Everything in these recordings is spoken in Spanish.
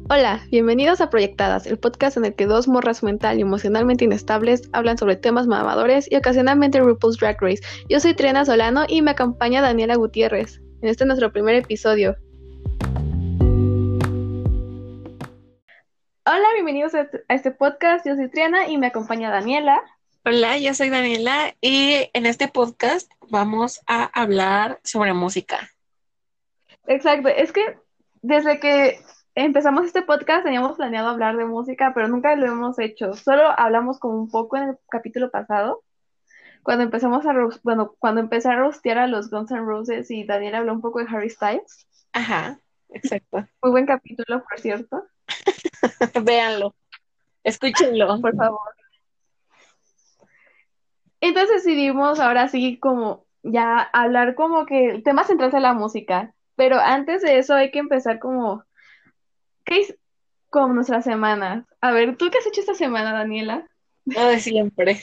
Hola, bienvenidos a Proyectadas, el podcast en el que dos morras mental y emocionalmente inestables hablan sobre temas mamadores y ocasionalmente RuPaul's Drag Race. Yo soy Triana Solano y me acompaña Daniela Gutiérrez. En este es nuestro primer episodio. Hola, bienvenidos a este podcast. Yo soy Triana y me acompaña Daniela. Hola, yo soy Daniela y en este podcast vamos a hablar sobre música. Exacto, es que desde que empezamos este podcast teníamos planeado hablar de música, pero nunca lo hemos hecho. Solo hablamos como un poco en el capítulo pasado. Cuando empezamos cuando empecé a rostear a los Guns N' Roses y Daniel habló un poco de Harry Styles. Ajá, exacto. Muy buen capítulo, por cierto. Véanlo, escúchenlo. Por favor. Entonces decidimos ahora sí como ya hablar como que el tema central de la música. Pero antes de eso hay que empezar como, ¿qué es con nuestras semanas? A ver, ¿tú qué has hecho esta semana, Daniela? Lo de siempre.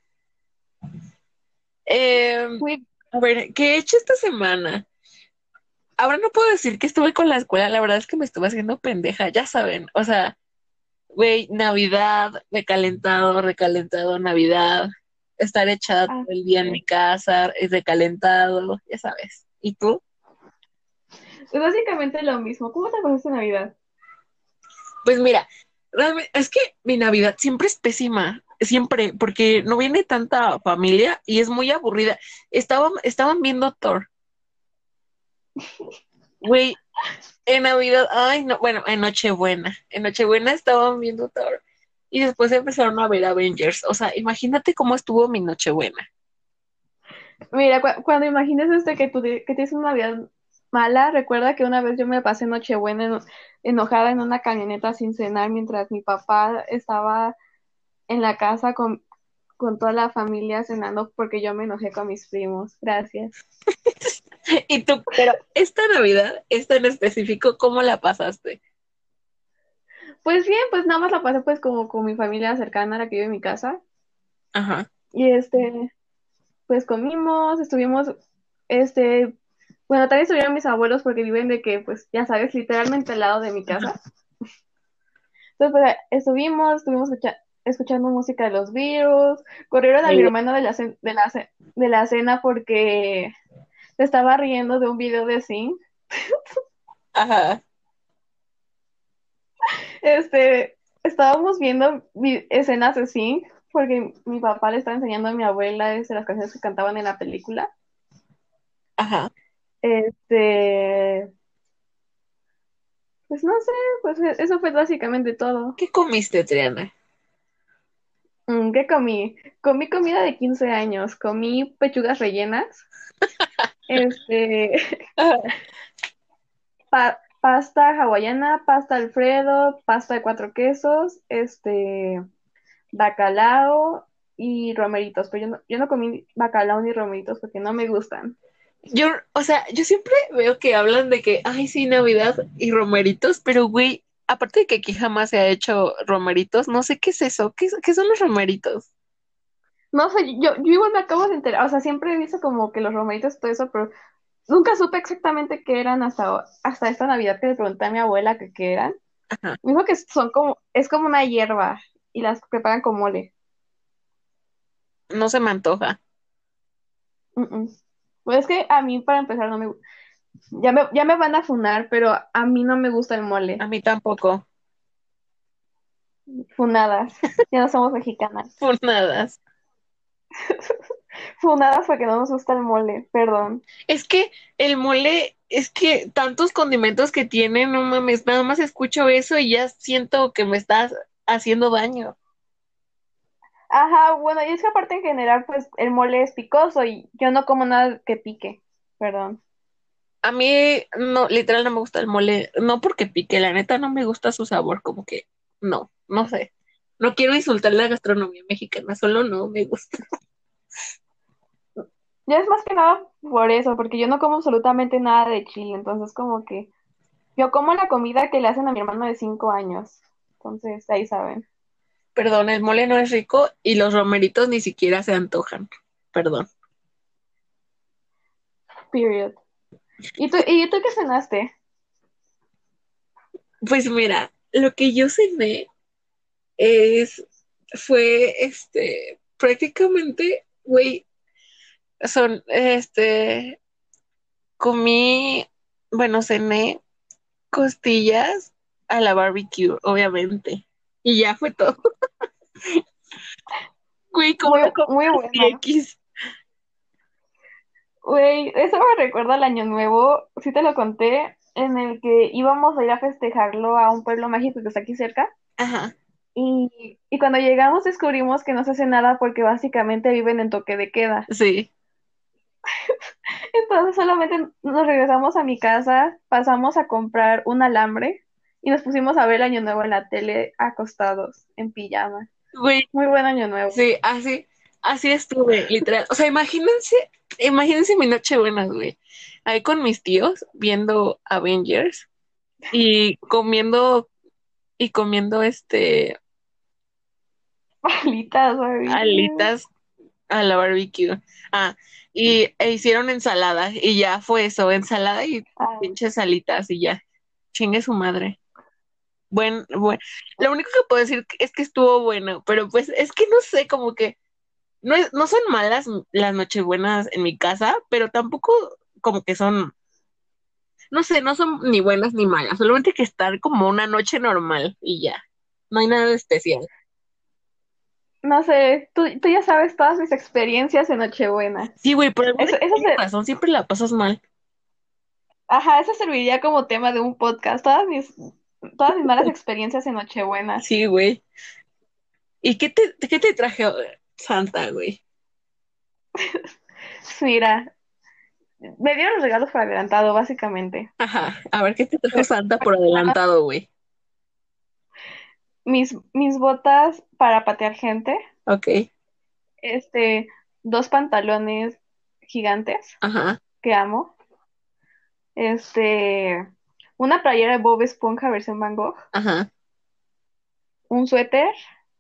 Eh, Muy, a ver, ¿qué he hecho esta semana? Ahora no puedo decir que estuve con la escuela, la verdad es que me estuve haciendo pendeja, ya saben. O sea, güey, Navidad, recalentado, Navidad, estar echada todo ah, el día en sí. mi casa, es recalentado, ya sabes. ¿Y tú? Es básicamente lo mismo. ¿Cómo te pasaste Navidad? Pues mira, realmente es que mi Navidad siempre es pésima, siempre, porque no viene tanta familia y es muy aburrida. Estaban viendo Thor, güey, en Navidad, ay, no, bueno, en Nochebuena estaban viendo Thor y después empezaron a ver Avengers. O sea, imagínate cómo estuvo mi Nochebuena. Mira, cuando imagines que tienes una Navidad mala, recuerda que una vez yo me pasé Nochebuena enojada en una camioneta sin cenar mientras mi papá estaba en la casa con toda la familia cenando porque yo me enojé con mis primos. Gracias. Y tú, pero esta Navidad, esta en específico, ¿cómo la pasaste? Pues bien, pues nada más la pasé pues como con mi familia cercana a la que vive en mi casa. Ajá, Y pues comimos, este, bueno, también estuvieron mis abuelos porque viven de que, pues, ya sabes, literalmente al lado de mi ajá. casa. Entonces, pues, estuvimos escuchando música de los Beatles, corrieron a mi hermano de la cena porque se estaba riendo de un video de Sing. Ajá. Estábamos viendo escenas de Sing porque mi papá le estaba enseñando a mi abuela las canciones que cantaban en la película. Ajá. Este, pues no sé, pues eso fue básicamente todo. ¿Qué comiste, Triana? ¿Qué comí? Comí comida de 15 años, comí pechugas rellenas, este, pasta hawaiana, pasta Alfredo, pasta de cuatro quesos, bacalao y romeritos, pero yo no comí bacalao ni romeritos porque no me gustan. O sea, yo siempre veo que hablan de que, ay, sí, Navidad y romeritos, pero güey, aparte de que aquí jamás se ha hecho romeritos, no sé qué es eso, qué son los romeritos? No sé, yo igual me acabo de enterar, o sea, siempre he visto como que los romeritos y todo eso, pero nunca supe exactamente qué eran hasta esta Navidad que le pregunté a mi abuela que qué eran. Ajá, Me dijo que es como una hierba y las preparan con mole. no se me antoja, Mm, mm. Pues es que a mí, para empezar, no me, ya me van a funar, pero a mí no me gusta el a mole. mí tampoco, Funadas. Ya no somos mexicanas. por nada. Funadas porque no nos gusta el mole, perdón. Es que el mole, es que tantos condimentos que tiene, no mames, nada más escucho eso y ya siento que me estás haciendo daño. Ajá, bueno, y es que aparte en general, pues el mole es picoso y yo no como nada que pique, perdón. A mí, no, literal no me gusta el mole, no porque pique, la neta no me gusta su sabor, como que, no sé. No quiero insultar la gastronomía mexicana, solo no me gusta. Ya es más que nada por eso, porque yo no como absolutamente nada de chile, entonces como que yo como la comida que le hacen a mi hermano de 5 años. Entonces, ahí saben. Perdón, el mole no es rico y los romeritos ni siquiera se antojan. Perdón. Period. ¿Y tú qué cenaste? Pues mira. lo que yo cené es, fue, prácticamente, güey, son, comí, bueno, cené costillas a la barbecue, obviamente. Y ya fue todo. Güey, como Muy, no muy comí buena. X. Güey, eso me recuerda al Año Nuevo, sí te lo conté, en el que íbamos a ir a festejarlo a un pueblo mágico que está aquí cerca. Ajá, Y cuando llegamos descubrimos que no se hace nada porque básicamente viven en toque de queda. sí. Entonces solamente nos regresamos a mi casa, pasamos a comprar un alambre y nos pusimos a ver el Año Nuevo en la tele acostados, en pijama. Güey, Muy buen Año Nuevo. sí, así estuve, literal. O sea, imagínense mi noche buena, güey. Ahí con mis tíos viendo Avengers y comiendo Palitas, barbecue. alitas a la barbecue. Ah, e hicieron ensalada y ya fue eso, ensalada y Ah, pinches alitas y ya. Chingue su madre. Lo único que puedo decir es que estuvo bueno, pero pues es que no sé, como que no son malas las nochebuenas en mi casa, pero tampoco como que son, no sé, no son ni buenas ni malas, solamente que estar como una noche normal y ya. No hay nada de especial. no sé, tú ya sabes todas mis experiencias en Nochebuena. Sí, güey, por alguna Eso extraña razón siempre la pasas mal. ajá, eso serviría como tema de un podcast. Todas mis malas experiencias en Nochebuena. Sí, güey. ¿Y qué te traje Santa, güey? Mira, me dieron los regalos por adelantado, básicamente. Ajá, a ver, ¿qué te trajo Santa por adelantado, güey? Mis botas para patear gente, Ok, este, dos pantalones gigantes ajá, que amo, este, una playera de Bob Esponja versión Van Gogh, ajá. un suéter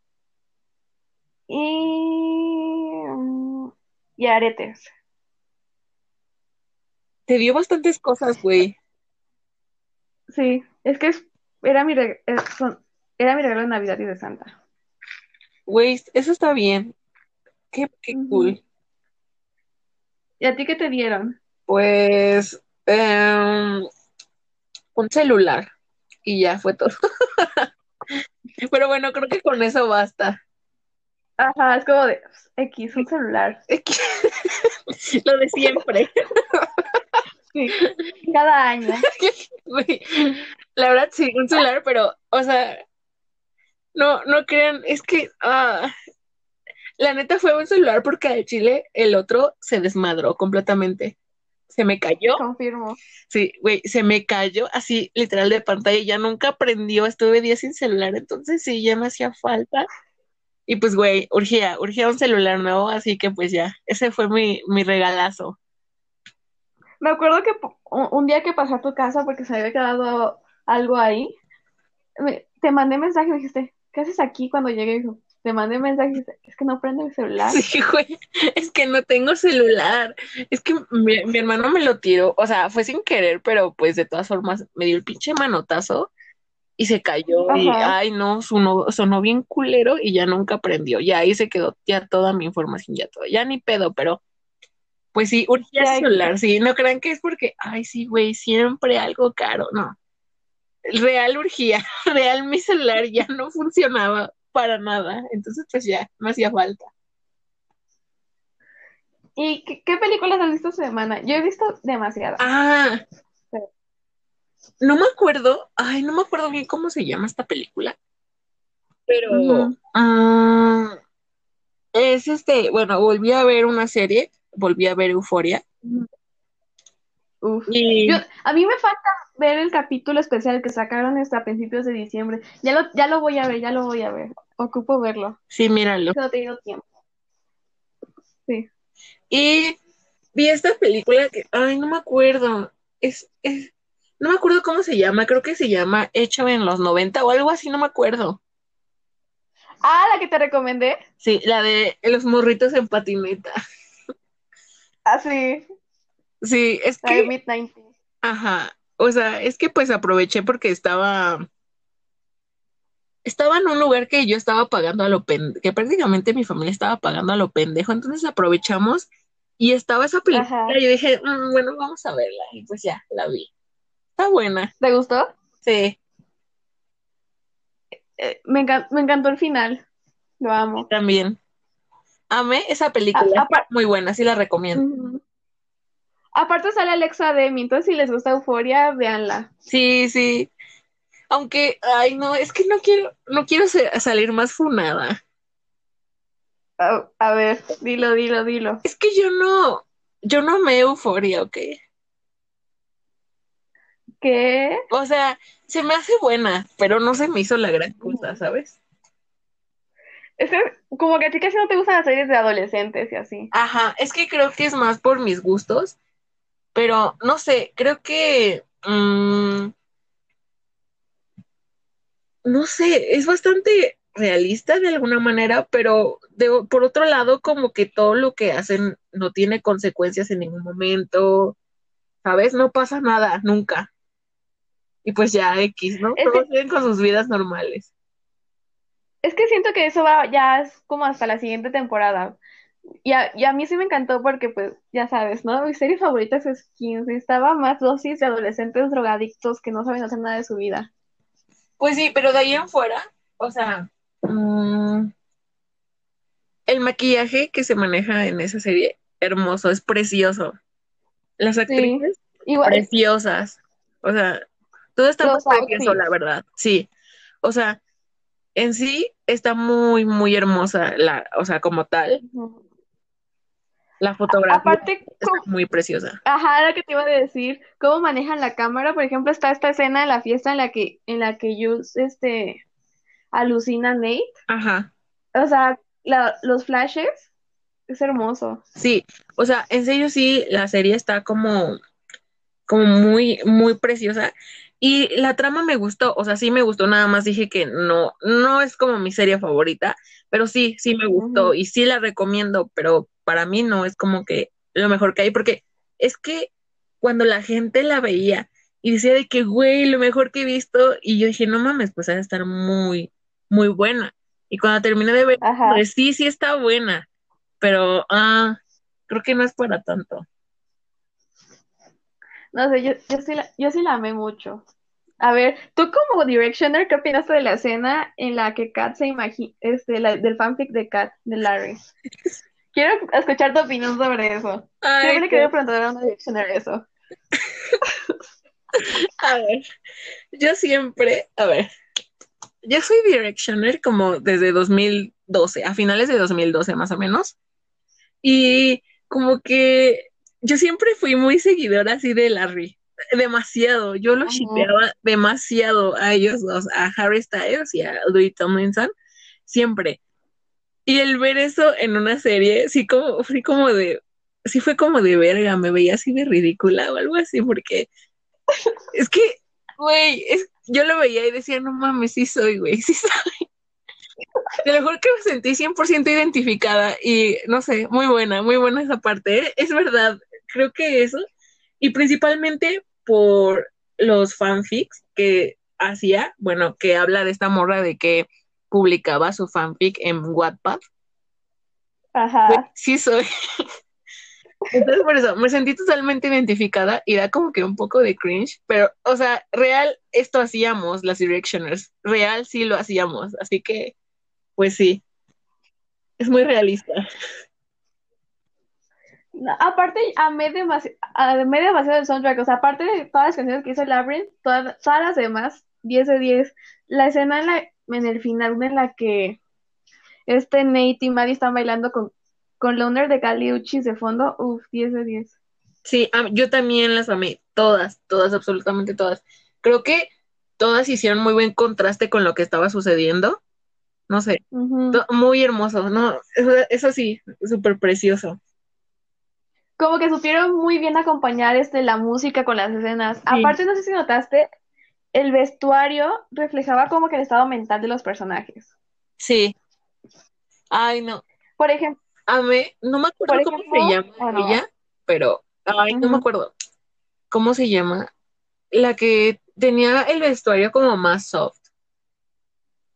y, y aretes. Te dio bastantes cosas, güey. Sí, es que era era mi regalo de Navidad y de Santa. Güey, eso está bien. Qué Ujú. cool. ¿Y a ti qué te dieron? Pues, un celular y ya fue todo. Pero bueno, creo que con eso basta. Ajá, es como de X, un celular. Lo de siempre. Sí, cada año. Güey, la verdad sí, un celular, pero, o sea, no crean, es que, la neta fue un celular porque al chile el otro se desmadró completamente. Se me cayó, Confirmo. sí, güey, se me cayó así literal de pantalla y ya nunca prendió, estuve días sin celular, entonces sí, ya me hacía falta. Y pues, güey, urgía un celular nuevo, así que pues ya, ese fue mi regalazo. Me acuerdo que un día que pasé a tu casa porque se había quedado algo ahí, te mandé mensaje y me dijiste, ¿qué haces aquí cuando llegué? Y dijo, te mandé mensaje y dijiste, es que no prende mi celular. Sí, güey, es que no tengo celular. Es que mi hermano me lo tiró, o sea, fue sin querer, pero pues de todas formas me dio el pinche manotazo y se cayó y, Ajá. ay, no, sonó bien culero y ya nunca aprendió. Ya ahí se quedó ya toda mi información, ya todo, ya ni pedo, pero pues sí, urgía ese Ya, celular, sí, no crean que es porque, ay, sí, güey, siempre algo caro, no. Real urgía, real mi celular ya no funcionaba para nada, entonces pues ya, me hacía falta. ¿y qué películas has visto esta semana? Yo he visto demasiadas. Ah, Pero, no me acuerdo, ay, no me acuerdo bien cómo se llama esta película, pero ujú, es bueno, volví a ver una serie, volví a ver Euforia ujú. Uf. y A mí me falta ver el capítulo especial que sacaron a principios de diciembre. Ya lo voy a ver, ya lo voy a ver. Ocupo verlo. sí, míralo. No he tenido tiempo. Sí. Y vi esta película que, ay, no me acuerdo, no me acuerdo cómo se llama, creo que se llama Hecho en los 90 o algo así, no me acuerdo. Ah, la que te recomendé. Sí, la de los morritos en patineta. Ah, sí. Sí, es La de que, Midnight. ajá, o sea, es que pues aproveché porque estaba, estaba en un lugar que yo estaba pagando a lo pendejo, que prácticamente mi familia estaba pagando a lo pendejo, entonces aprovechamos y estaba esa película Ajá. y yo dije, bueno, vamos a verla y pues ya, la vi. Está buena, ¿Te gustó? sí, Me encantó el final. Lo amo. también. Amé esa película, está muy buena, sí la recomiendo. Ujú. Aparte sale Alexa Demi, entonces si les gusta Euforia, véanla. Sí, sí, aunque, ay, no, es que no quiero salir más funada. A ver, dilo, dilo, dilo. Es que yo no amé Euforia, ¿ok? ¿Qué? O sea, se me hace buena, pero no se me hizo la gran cosa, Ujú. ¿sabes? Es que como que a ti casi no te gustan las series de adolescentes y así. Ajá, es que creo que es más por mis gustos, pero no sé, creo que, no sé, es bastante realista de alguna manera, pero por otro lado, como que todo lo que hacen no tiene consecuencias en ningún momento, ¿sabes? No pasa nada, nunca. Y pues ya X, ¿no? Es Todos que, siguen con sus vidas normales. es que siento que eso va ya es como hasta la siguiente temporada. Y a mí sí me encantó porque, pues, ya sabes, ¿no? Mi serie favorita es Skins y estaba más dosis de adolescentes drogadictos que no saben hacer nada de su vida. Pues sí, pero de ahí en fuera, o sea, el maquillaje que se maneja en esa serie, hermoso, es precioso. Las Sí, actrices, igual, preciosas. O sea, todo está muy los precioso, la outfits. verdad. Sí. O sea, en sí está muy, muy hermosa o sea, como tal. Ujú. La fotografía Aparte, está muy preciosa. ajá, lo que te iba a decir, cómo manejan la cámara, por ejemplo, está esta escena en la fiesta en la que Jules, alucina a Nate, Ajá. o sea, los flashes, es hermoso. Sí. O sea, en serio sí, la serie está como muy, muy preciosa. Y la trama me gustó, o sea, sí me gustó, nada más dije que no es como mi serie favorita, pero sí, sí me gustó Ujú. y sí la recomiendo, pero para mí no es como que lo mejor que hay, porque es que cuando la gente la veía y decía de que, güey, lo mejor que he visto, y yo dije, no mames, pues ha de estar muy, muy buena. Y cuando terminé de ver, Ajá, pues sí, sí está buena, pero creo que no es para tanto. no sé, yo sí la amé mucho. A ver, tú como Directioner, ¿qué opinaste de la escena en la que Kat se imagina, del fanfic de Kat, de Larry? Quiero escuchar tu opinión sobre eso. Ay, Siempre le no. quería preguntar a una Directioner eso. A ver, yo siempre, a ver, yo soy Directioner como desde 2012, a finales de 2012 más o menos, y como que yo siempre fui muy seguidora así de Larry, demasiado, yo lo Ujú. shippeaba demasiado a ellos dos, a Harry Styles y a Louis Tomlinson, siempre. Y el ver eso en una serie, sí fue como de verga, me veía así de ridícula o algo así, porque es que, güey, yo lo veía y decía, no mames, sí soy, güey, sí soy. De lo mejor que me sentí 100% identificada y no sé, muy buena esa parte, ¿eh? Es verdad, creo que eso, y principalmente por los fanfics que hacía, bueno, que habla de esta morra de que publicaba su fanfic en Wattpad. Güey, Ajá. sí soy. Entonces, por eso, me sentí totalmente identificada y da como que un poco de cringe, pero, o sea, real, esto hacíamos las Directioners, real sí lo hacíamos, así que, pues sí, es muy realista. No, aparte, amé demasiado el soundtrack. O sea, aparte de todas las canciones que hizo Labyrinth, todas las demás, 10 de 10. La escena en el final en la que Nate y Maddie están bailando con Loner de Kali Uchis de fondo, uff, 10 de 10. Sí, yo también las amé, todas, todas, absolutamente todas. Creo que todas hicieron muy buen contraste con lo que estaba sucediendo, no sé, Ujú. muy hermoso, ¿no? Eso sí, súper precioso. Como que supieron muy bien acompañar la música con las escenas. Sí, Aparte, no sé si notaste, el vestuario reflejaba como que el estado mental de los personajes. sí, ay, no. Por ejemplo, No me por acuerdo cómo se ejemplo, llama bueno, ella, pero, ay, no me ujú. acuerdo cómo se llama, la que tenía el vestuario como más soft.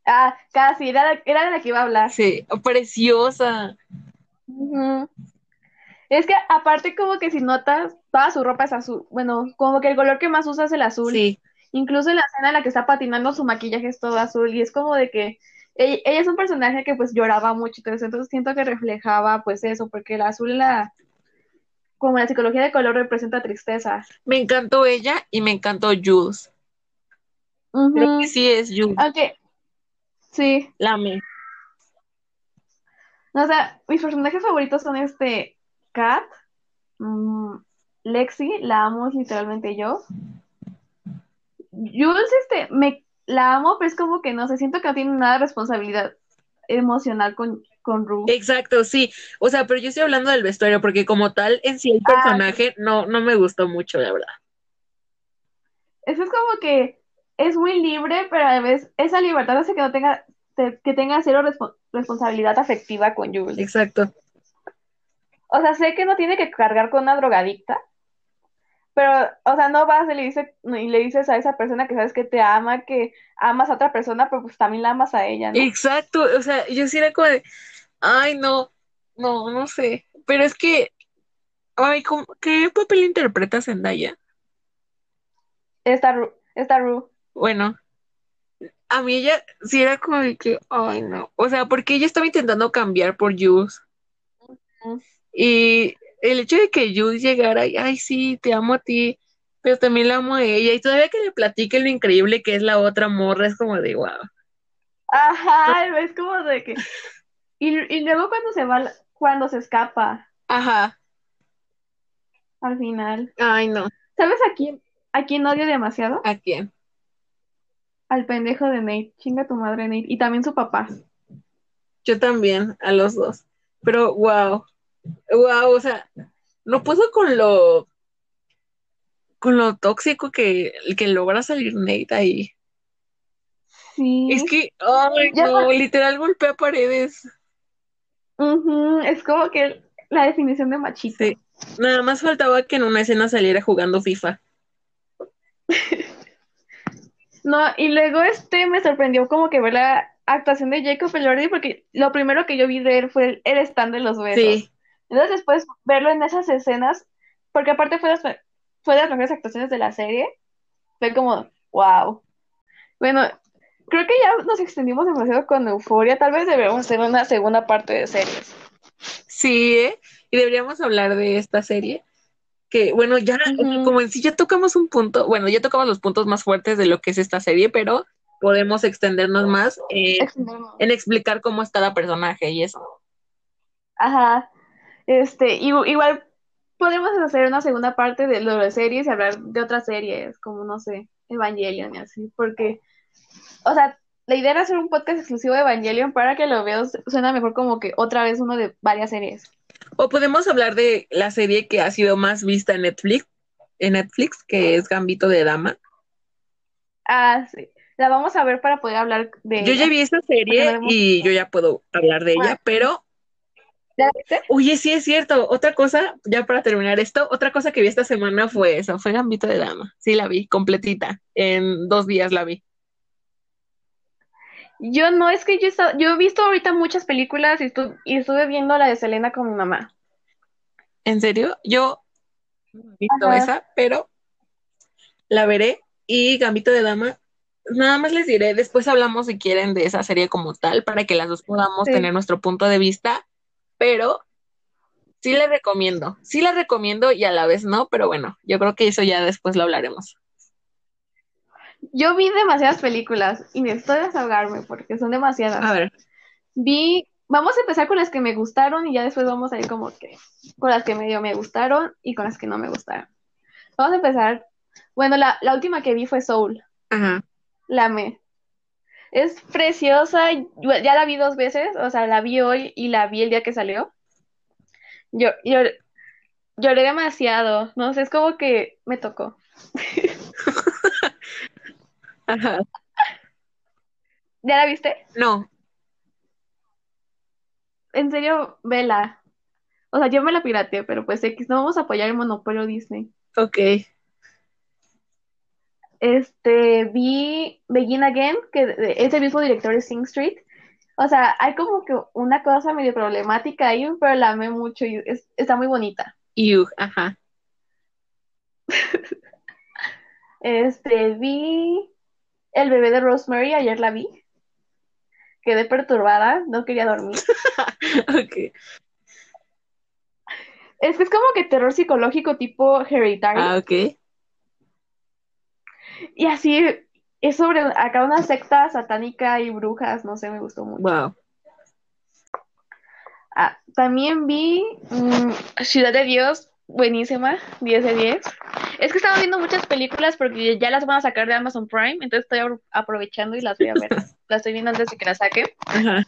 Ah, casi, era de la que iba a hablar. Sí, preciosa. Ujú. Es que aparte como que si notas, toda su ropa es azul. Bueno, como que el color que más usa es el azul. Sí, Incluso en la escena en la que está patinando, su maquillaje es todo azul. Y es como de que ella es un personaje que pues lloraba mucho y todo eso. Entonces siento que reflejaba pues eso, porque el azul, como la psicología de color representa tristeza. me encantó ella y me encantó Jules. Creo que Ujú. sí es Jules. Aunque, sí. La amé. No, o sea, mis personajes favoritos son Kat, mm, Lexi, la amo literalmente yo. Jules, me la amo, pero es como que no sé, siento que no tiene nada de responsabilidad emocional con Rue. Exacto, sí. O sea, pero yo estoy hablando del vestuario porque como tal, en sí el Ah, sí. personaje no me gustó mucho, la verdad. Eso es como que es muy libre, pero a la vez esa libertad hace que no tenga, que tenga cero responsabilidad afectiva con Jules. Exacto. O sea, sé que no tiene que cargar con una drogadicta, pero, o sea, no vas y le dices a esa persona que sabes que te ama, que amas a otra persona, pero pues también la amas a ella, ¿no? Exacto. O sea, yo sí era como de, ay, no sé. Pero es que, ay, ¿qué papel interpreta Zendaya? Esta Rue. Bueno, a mí ella sí era como de que, ay, no. O sea, porque ella estaba intentando cambiar por Jules. Mm. Y el hecho de que Jules llegara y, ay, sí, te amo a ti, pero también la amo a ella. Y todavía que le platique lo increíble que es la otra morra, es como de, wow. Ajá, es como de que. Y luego cuando cuando se escapa Ajá. al final. Ay, no. ¿Sabes a quién odio demasiado? ¿A quién? Al pendejo de Nate. Chinga tu madre, Nate. Y también su papá. Yo también, a los dos. Pero, wow, o sea, no puedo con lo tóxico que logra salir Nate ahí. Es Sí. que, ay, Ya, no, literal golpea paredes. ujú, es como que la definición de Sí. machito. Nada más faltaba que en una escena saliera jugando FIFA. No, y luego me sorprendió como que ver la actuación de Jacob Elordi porque lo primero que yo vi de él fue el stand de los besos. Sí, Entonces después verlo en esas escenas, porque aparte fue de las mejores actuaciones de la serie, fue como, wow. Bueno, creo que ya nos extendimos demasiado con Euforia, tal vez debemos hacer una segunda parte de series. sí, ¿eh? Y deberíamos hablar de esta serie, que bueno, ya, o sea, Ujú, como en sí ya tocamos un punto, bueno, ya tocamos los puntos más fuertes de lo que es esta serie, pero podemos extendernos más extendemos. en explicar cómo está la personaje y eso. Ajá, igual podemos hacer una segunda parte de lo de series y hablar de otras series, como no sé, Evangelion y así, porque, o sea, la idea era hacer un podcast exclusivo de Evangelion para que lo veas, suena mejor como que otra vez uno de varias series. O podemos hablar de la serie que ha sido más vista en Netflix, que es Gambito de Dama. Ah, sí, la vamos a ver para poder hablar de Yo ya ella, vi esa porque no serie la hemos y yo visto. ya puedo hablar de Ah, ella, pero ¿ya la viste? oye, sí es cierto. Otra cosa, ya para terminar esto, otra cosa que vi esta semana fue eso, fue Gambito de Dama. Sí, la vi, completita. En 2 días la vi. Yo no, es que yo he visto ahorita muchas películas y estuve viendo la de Selena con mi mamá. ¿En serio? Yo no he visto Ajá, esa, pero la veré. Y Gambito de Dama, nada más les diré, después hablamos si quieren de esa serie como tal, para que las dos podamos sí. tener nuestro punto de vista, pero sí la recomiendo y a la vez no, pero bueno, yo creo que eso ya después lo hablaremos. Yo vi demasiadas películas y necesito desahogarme porque son A demasiadas. ver, Vamos a empezar con las que me gustaron y ya después vamos a ir como que con las que medio me gustaron y con las que no me gustaron. Vamos a empezar. Bueno, la última que vi fue Soul. ajá. La amé. Es preciosa. Ya la vi dos veces, o sea, la vi hoy y la vi el día que salió. Yo lloré demasiado. No sé, es como que me tocó. Ajá. ¿Ya la viste? No, En serio, vela. O sea, yo me la pirateé, pero pues X, no vamos a apoyar el monopolio Disney. ok. Vi Begin Again, que es el mismo director de Sing Street. O sea, hay como que una cosa medio problemática ahí, pero la amé mucho y está muy bonita. Ajá. Vi El bebé de Rosemary, ayer la vi. Quedé perturbada, no quería dormir. Ok. Es que es como que terror psicológico tipo Hereditary. Ah, ok. Y así es sobre acá una secta satánica y brujas, no sé, me gustó mucho. Wow. Ah, también vi Ciudad de Dios, buenísima, 10 de 10. Es que estaba viendo muchas películas porque ya las van a sacar de Amazon Prime, entonces estoy aprovechando y las voy a ver. Las estoy viendo antes de que las saquen. Ajá.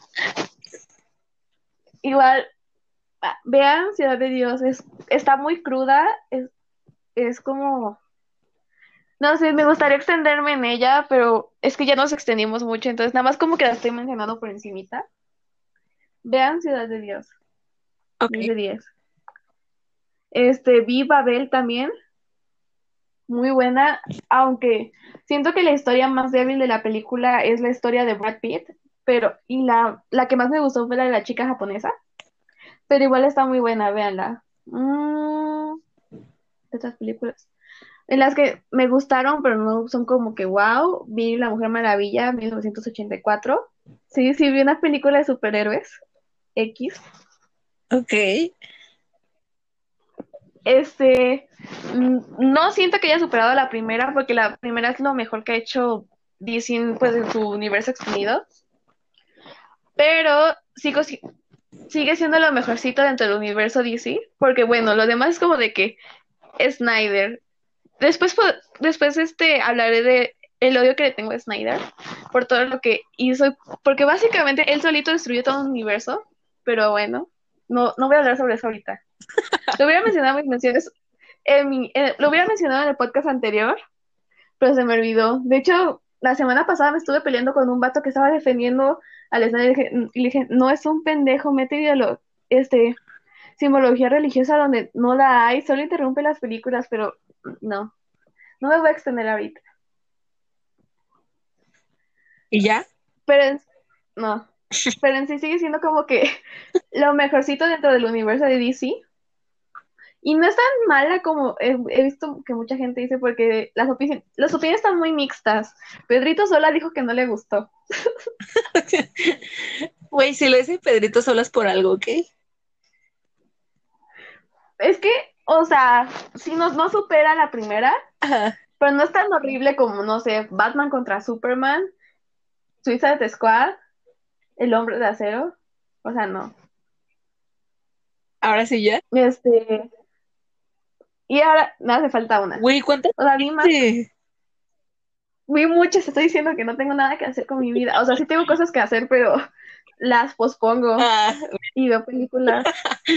Igual, vean Ciudad de Dios, está muy cruda, es como, no sé, me gustaría extenderme en ella, pero es que ya nos extendimos mucho, entonces nada más como que la estoy mencionando por encimita. Vean Ciudad de Dios, Ok. 10 de 10. Vi Babel también, muy buena, aunque siento que la historia más débil de la película es la historia de Brad Pitt, y la que más me gustó fue la de la chica japonesa, pero igual está muy buena, véanla. Estas películas. En las que me gustaron, pero no son como que wow, vi La Mujer Maravilla, 1984. Sí, sí, vi una película de superhéroes, X. Ok. Este, no siento que haya superado a la primera, porque la primera es lo mejor que ha hecho DC, pues, en su universo extendido, pero sigue siendo lo mejorcito dentro del universo DC, porque bueno, lo demás es como de que Snyder. Después hablaré de el odio que le tengo a Snyder por todo lo que hizo, porque básicamente él solito destruyó todo un universo, pero bueno, no voy a hablar sobre eso ahorita. Lo hubiera mencionado en mis menciones, lo hubiera mencionado en el podcast anterior, pero se me olvidó. De hecho, la semana pasada me estuve peleando con un vato que estaba defendiendo al Snyder y le dije, no es un pendejo, mete este, simbología religiosa donde no la hay, solo interrumpe las películas, pero no me voy a extender ahorita. ¿Y ya? Pero no, pero en sí sigue siendo como que lo mejorcito dentro del universo de DC. Y no es tan mala como he visto que mucha gente dice, porque las opiniones están muy mixtas. Pedrito Sola dijo que no le gustó. Güey, si lo dice Pedrito solo es por algo, ¿ok? Es que, o sea, si no supera la primera, Ajá. pero no es tan horrible como, no sé, Batman contra Superman, Suicide Squad, El Hombre de Acero. O sea, no. Ahora sí ya. Este, y ahora me hace falta una. Güey, ¿cuántas O sea, viste? vi muchas, estoy diciendo que no tengo nada que hacer con mi vida. O sea, sí tengo cosas que hacer, pero las pospongo Ah, y veo películas.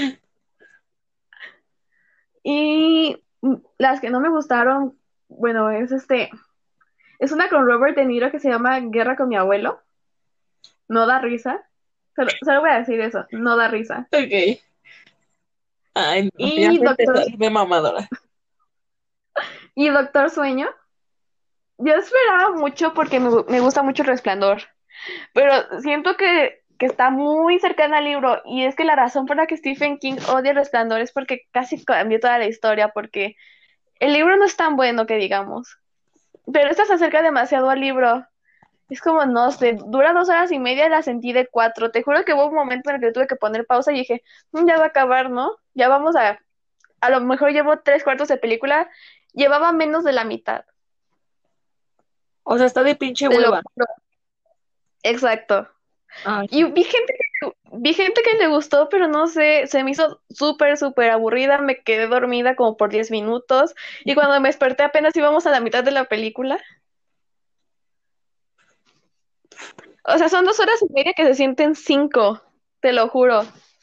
Y las que no me gustaron, bueno, es una con Robert De Niro que se llama Guerra con mi abuelo. No da risa. Solo voy a decir eso, no da risa. ok. Ay, no, ya Y me empezó Doctor, a dar de mamadora. y Doctor Sueño. Yo esperaba mucho porque me gusta mucho El Resplandor, pero siento que está muy cercana al libro, y es que la razón por la que Stephen King odia El Resplandor es porque casi cambió toda la historia, porque el libro no es tan bueno que digamos, pero esta se acerca demasiado al libro. Es como, no sé, dura 2 horas y media, la sentí de 4. Te juro que hubo un momento en el que tuve que poner pausa y dije, Ya va a acabar, ¿no? Ya vamos a lo mejor llevo 3 cuartos de película, llevaba menos de la mitad, O sea, está de pinche te lo hueva. juro. Exacto. Ay, Y vi gente que le gustó, pero no sé, se me hizo súper, súper aburrida, me quedé dormida como por 10 minutos, y cuando me desperté apenas íbamos a la mitad de la película. O sea, son 2 horas y media que se sienten 5, te lo juro.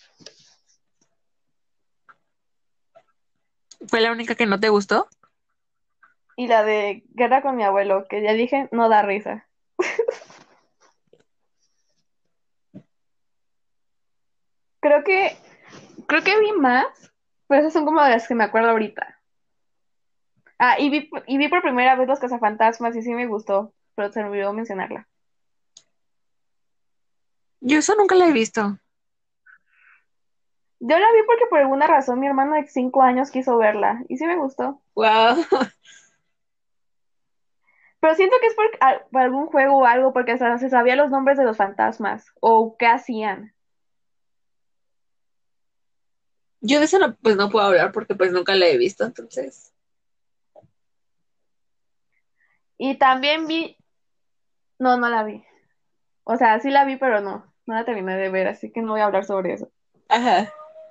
¿fue la única que no te gustó? Y la de Guerra con mi abuelo, que ya dije, no da risa. Creo que, creo que vi más, pero esas son como de las que me acuerdo ahorita. Y vi por primera vez Los Cazafantasmas y sí me gustó, pero se me olvidó mencionarla. Yo eso nunca la he visto. Yo la vi porque por alguna razón mi hermano de 5 años quiso verla y sí me gustó. Wow. Pero siento que es por algún juego o algo, porque hasta se sabía los nombres de los fantasmas o qué hacían. Yo de eso no, pues no puedo hablar porque pues nunca la he visto, entonces. Y también no, no la vi. O sea, sí la vi, pero no la terminé de ver, así que no voy a hablar sobre eso. Ajá.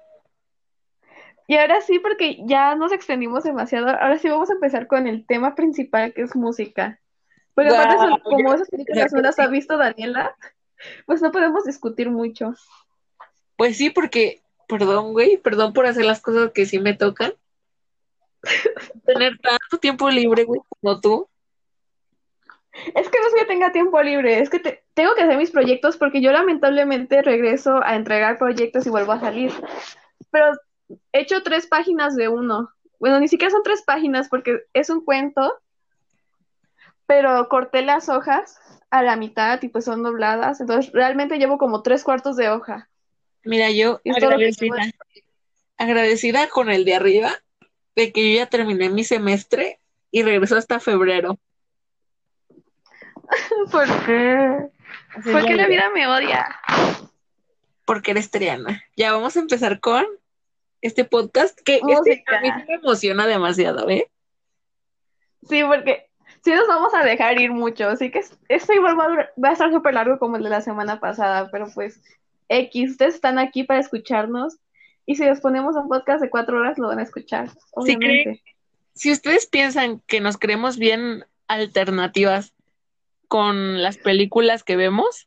Y ahora sí, porque ya nos extendimos demasiado, ahora sí vamos a empezar con el tema principal, que es música. Porque aparte, Wow, yo como voy esas a empezar películas no las ha contigo. visto Daniela, pues no podemos discutir mucho. Pues sí, porque, perdón, güey, perdón por hacer las cosas que sí me tocan. Tener tanto tiempo libre, güey, como tú. Es que no es que tenga tiempo libre, es que tengo que hacer mis proyectos porque yo lamentablemente regreso a entregar proyectos y vuelvo a salir. Pero he hecho 3 páginas de uno. Bueno, ni siquiera son 3 páginas porque es un cuento, pero corté las hojas a la mitad y pues son dobladas. Entonces realmente llevo como 3 cuartos de hoja. Mira, yo Y es todo lo que llevo. agradecida con el de arriba de que yo ya terminé mi semestre y regreso hasta febrero. ¿Por qué? Así es ¿Por la qué la vida, vida me odia? porque eres Triana. Ya vamos a empezar con este podcast, que este a mí sí Música. me emociona demasiado, ¿eh? Sí, porque sí nos vamos a dejar ir mucho. Así que esto igual va a estar súper largo como el de la semana pasada, pero pues X, ustedes están aquí para escucharnos. Y si les ponemos un podcast de 4 horas, lo van a escuchar, Si creen, obviamente. si ustedes piensan que nos creemos bien alternativas con las películas que vemos,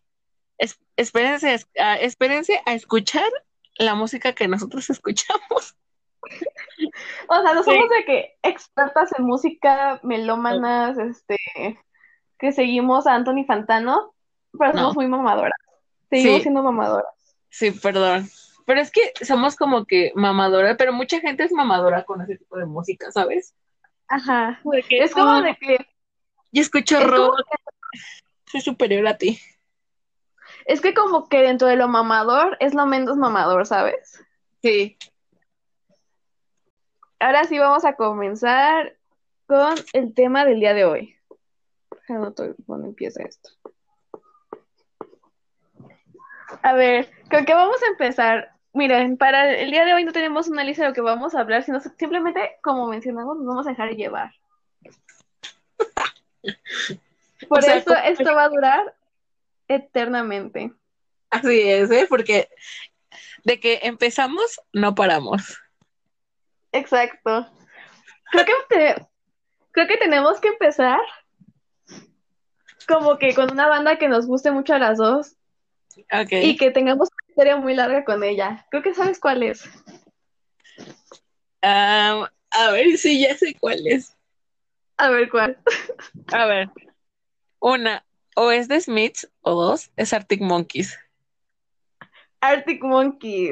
espérense a escuchar la música que nosotros escuchamos. O sea, no somos Sí. de que expertas en música, melómanas, que seguimos a Anthony Fantano, pero No, somos muy mamadoras. Seguimos sí, siendo mamadoras. sí, perdón. Pero es que somos como que mamadora, pero mucha gente es mamadora con ese tipo de música, ¿sabes? Ajá. Como de que, Es como de que, yo escucho es como, rock, soy superior a ti. es que como que dentro de lo mamador es lo menos mamador, ¿sabes? Sí. Ahora sí vamos a comenzar con el tema del día de hoy. Anoto cuando empieza esto. A ver, ¿con qué vamos a empezar? Miren, para el día de hoy no tenemos una lista de lo que vamos a hablar, sino simplemente, como mencionamos, nos vamos a dejar llevar. O Por sea, eso esto va a durar eternamente. así es, ¿eh? Porque de que empezamos, no paramos. Exacto. Creo que, creo que tenemos que empezar como que con una banda que nos guste mucho a las dos y Ok. que tengamos una historia muy larga con ella. Creo que sabes cuál es. A ver si ya sé cuál es. A ver cuál. A ver, una, o es de Smiths, o dos, es Arctic Monkeys. Arctic Monkey.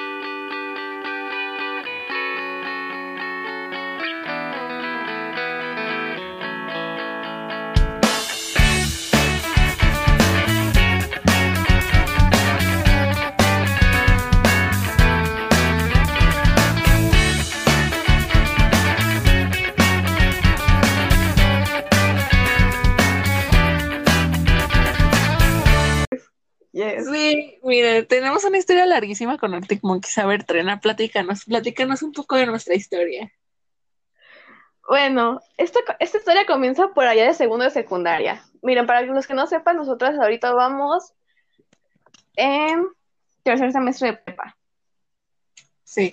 Yes. Sí, mire, tenemos una historia larguísima con Arctic Monkeys. A ver, Trena, platícanos un poco de nuestra historia. Bueno, esta historia comienza por allá de segundo de secundaria. Miren, para los que no sepan, nosotras ahorita vamos en tercer semestre de prepa. Sí,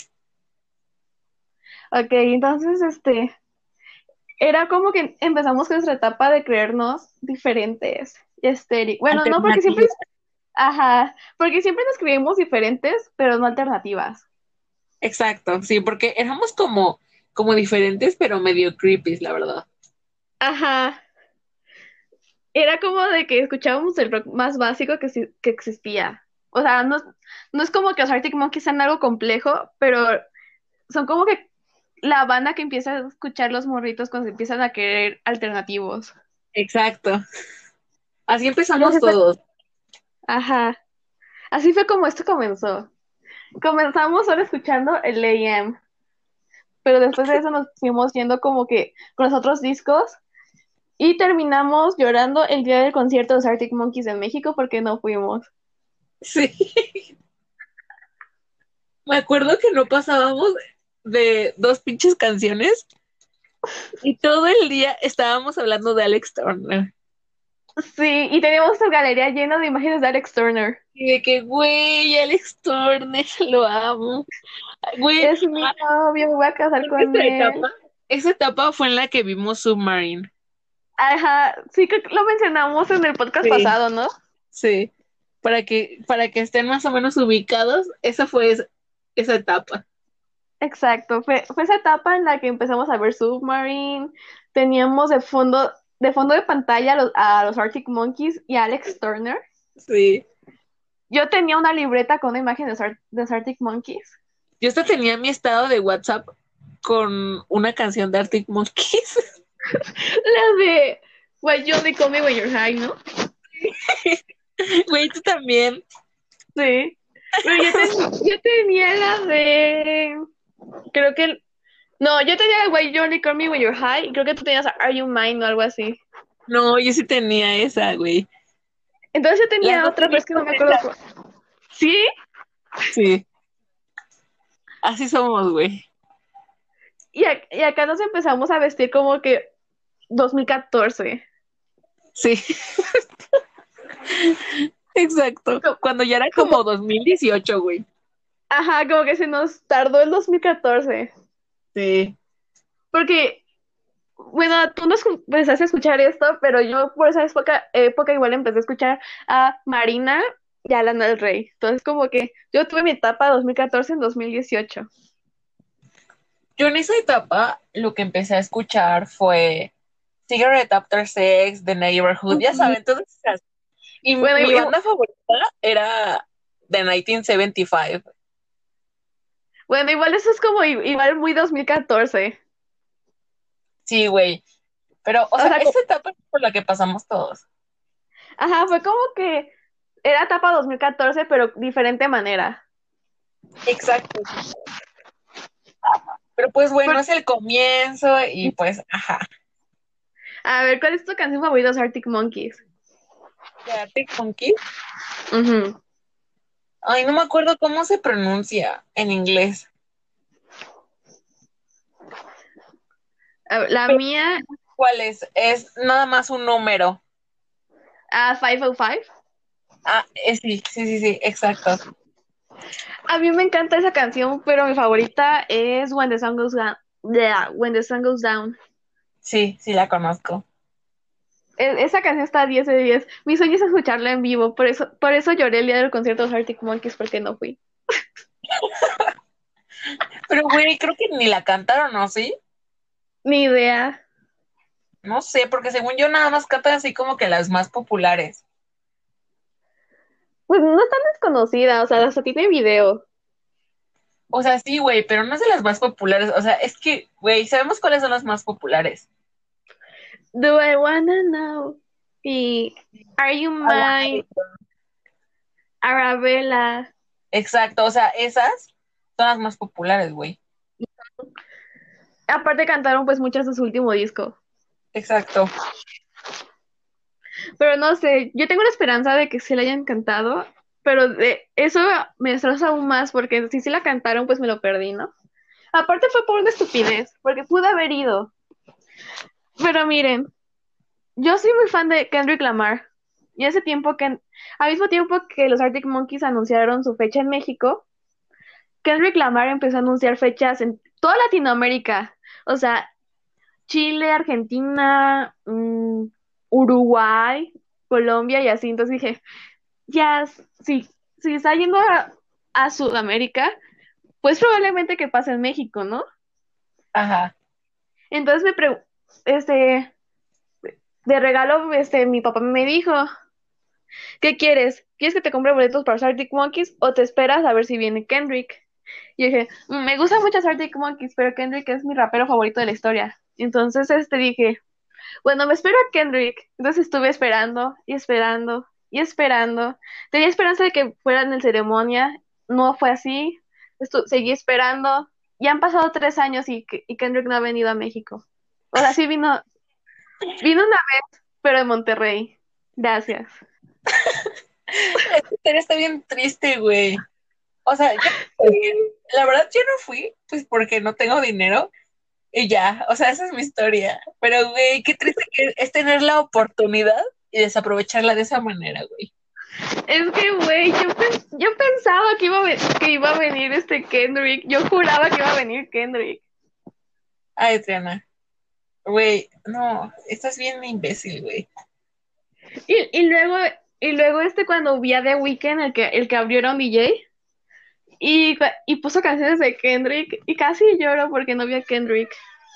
Ok, entonces, era como que empezamos con nuestra etapa de creernos diferentes y bueno, no, porque siempre, alternativa. ajá, porque siempre nos creímos diferentes, pero no alternativas. Exacto, sí, porque éramos como diferentes, pero medio creepy, la verdad. Ajá, era como de que escuchábamos el rock más básico que existía. O sea, no es como que los Arctic Monkeys sean algo complejo, pero son como que la banda que empieza a escuchar los morritos cuando se empiezan a querer alternativos. Exacto. Así Y empezamos así fue, todos. ajá, así fue como esto comenzó. Comenzamos solo escuchando el AM, pero después de eso nos fuimos yendo como que con los otros discos y terminamos llorando el día del concierto de los Arctic Monkeys en México porque no fuimos. Sí. Me acuerdo que no pasábamos de dos pinches canciones y todo el día estábamos hablando de Alex Turner. Sí, y teníamos esta galería llena de imágenes de Alex Turner. Y de que, güey, Alex Turner, lo amo. Güey, Es mi novio, me voy a casar creo que con él. esa etapa fue en la que vimos Submarine. Ajá, sí que lo mencionamos en el podcast Sí. pasado, ¿no? Sí. Para que estén más o menos ubicados, esa fue esa etapa. Exacto, fue esa etapa en la que empezamos a ver Submarine, teníamos de fondo de pantalla a los Arctic Monkeys y a Alex Turner. Sí. Yo tenía una libreta con una imagen de los Arctic Monkeys. Yo hasta tenía mi estado de WhatsApp con una canción de Arctic Monkeys. La de Why You Only Call Me When You're High, ¿no? Güey, tú también. Sí. Pero yo tenía la de. Creo que. No, yo tenía Why You Only Call Me When You're High y creo que tú tenías Are You Mine o algo así. No, yo sí tenía esa, güey. Entonces yo Las tenía dos otra, pero es que no teníamos me acuerdo. esa. ¿Sí? Sí, así somos, güey. Y acá nos empezamos a vestir como que 2014. Sí, exacto. Co- Cuando ya era Como, como 2018, güey. ajá, como que se nos tardó el 2014. Sí. Porque, bueno, tú no empezaste a escuchar esto, pero yo por esa época igual empecé a escuchar a Marina y a Lana del Rey. Entonces, como que yo tuve mi etapa 2014 en 2018. Yo en esa etapa lo que empecé a escuchar fue Cigarette After Sex, The Neighborhood, ya Ujú. saben, todas esas. Y Bueno, mi banda favorita era The 1975. bueno, igual eso es como igual muy 2014. Sí, güey. Pero, o O sea, sea, esa etapa es por la que pasamos todos. ajá, fue como que era etapa 2014, pero diferente manera. Exacto. Pero pues bueno, es el comienzo y pues, ajá. A ver, ¿cuál es tu canción favorita de los Arctic Monkeys? De Arctic Monkeys. Ujú. Ay, no me acuerdo cómo se pronuncia en inglés. A ver, la Pero, mía, ¿cuál es? Es nada más un número. 505. Ah, sí, sí, sí, sí, exacto. A mí me encanta esa canción, pero mi favorita es When the Sun Goes Down. Yeah, When the Sun Goes Down. Sí, sí la conozco. Esa canción está 10 de 10. Mi sueño es escucharla en vivo, por eso lloré el día del concierto de los Arctic Monkeys porque no fui. Pero, güey, creo que ni la cantaron, ¿no? ¿Sí? Ni idea. No sé, porque según yo nada más cantan así como que las más populares. Pues no es tan desconocida, o sea, hasta tiene video. O sea, sí, güey, pero no es de las más populares. O sea, es que, güey, sabemos cuáles son las más populares. Do I wanna know? Y Are You Mine? Arabella. Exacto, o sea, esas son las más populares, güey. Aparte cantaron pues muchas de su último disco. Exacto. Pero no sé, yo tengo la esperanza de que sí la hayan cantado, pero de eso me destroza aún más porque si sí la cantaron pues me lo perdí, ¿no? Aparte fue por una estupidez, porque pude haber ido. Pero miren, yo soy muy fan de Kendrick Lamar. Y hace tiempo al mismo tiempo que los Arctic Monkeys anunciaron su fecha en México, Kendrick Lamar empezó a anunciar fechas en toda Latinoamérica. O sea, Chile, Argentina, Uruguay, Colombia y así. Entonces dije, ya, si está yendo a Sudamérica, pues probablemente que pase en México, ¿no? Ajá. Entonces este, de regalo, mi papá me dijo, ¿qué quieres? ¿Quieres que te compre boletos para los Arctic Monkeys o te esperas a ver si viene Kendrick? Y dije, Me gusta mucho Arctic Monkeys, pero Kendrick es mi rapero favorito de la historia. Entonces, dije, bueno, me espero a Kendrick. Entonces estuve esperando y esperando y esperando. Tenía esperanza de que fuera en el ceremonia. No fue así. Seguí esperando. Ya han pasado 3 años y Kendrick no ha venido a México. O sea, sí vino una vez, pero en Monterrey. Gracias. Esta historia está bien triste, güey. O sea, la verdad yo no fui, pues porque no tengo dinero y ya, o sea, esa es mi historia. Pero, güey, qué triste que es tener la oportunidad y desaprovecharla de esa manera, güey. Es que, güey, yo pensaba que iba a venir este Kendrick. Yo juraba que iba a venir Kendrick. Ay, Triana, güey, no, estás bien imbécil, güey. Y, y luego, y luego cuando vi a The Weeknd, el que abrieron DJ, y puso canciones de Kendrick, y casi lloro porque no vi a Kendrick.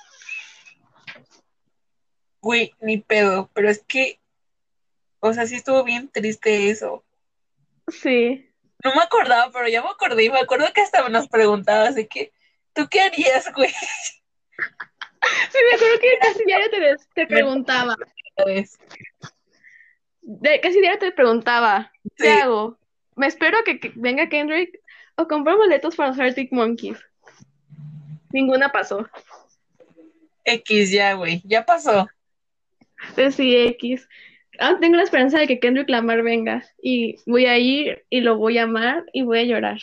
Güey, ni pedo, pero es que, o sea, sí estuvo bien triste eso. Sí. No me acordaba, pero ya me acordé y me acuerdo que hasta nos preguntabas de que, ¿tú qué harías, güey? Sí, me acuerdo que casi diario te preguntaba. ¿Sabes? Casi diario te preguntaba, ¿qué Sí, hago? ¿Me espero a que venga Kendrick o compro boletos para los Arctic Monkeys? Ninguna pasó. X ya, güey, ya pasó. Sí, X. Tengo la esperanza de que Kendrick Lamar venga y voy a ir y lo voy a amar y voy a llorar.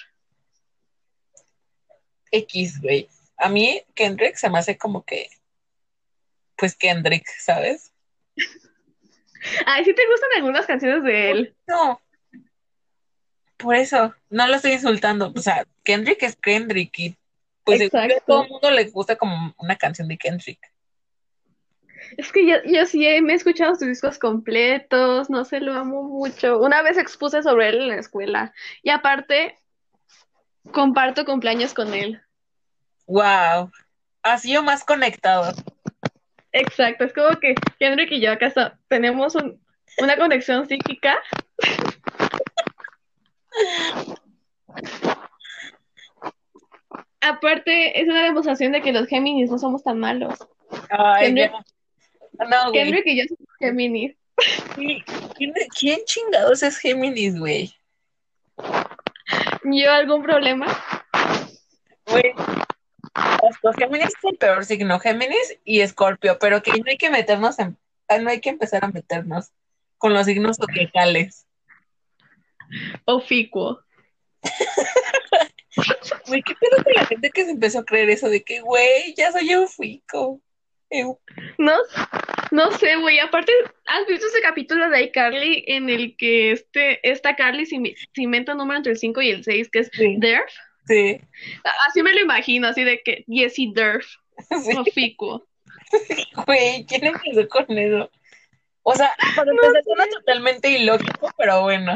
X, güey. A mí Kendrick se me hace como que, pues Kendrick, ¿sabes? Ay, sí te gustan algunas canciones de él. No, por eso, no lo estoy insultando. O sea, Kendrick es Kendrick y pues según yo, a todo Exacto. el mundo le gusta como una canción de Kendrick. Es que yo sí me he escuchado sus discos completos, no sé, lo amo mucho. Una vez expuse sobre él en la escuela y aparte comparto cumpleaños con él. Wow, así yo más conectado. Exacto, es como que Kendrick y yo acá tenemos una conexión psíquica. Aparte, es una demostración de que los Géminis no somos tan malos. Ay, ya. Kendrick, No, güey. Kendrick y yo somos Géminis. ¿Quién chingados es Géminis, güey? ¿Yo algún problema? Güey, los Géminis es el peor signo, Géminis y Escorpio, pero que no hay que meternos no hay que empezar a meternos con los signos zodiacales. Oficuo. Güey, ¿qué pedo con la gente que se empezó a creer eso de que, güey, ya soy eufico? No, no sé, güey. Aparte, ¿has visto ese capítulo de iCarly en el que esta Carly se inventa un número entre el 5 y el 6 que es Sí, DERF? sí, Así me lo imagino, así de que, yes, y DERF. sí, Oficuo. güey, ¿quién empezó con eso? O sea, para No empezar suena sé. totalmente ilógico, pero bueno.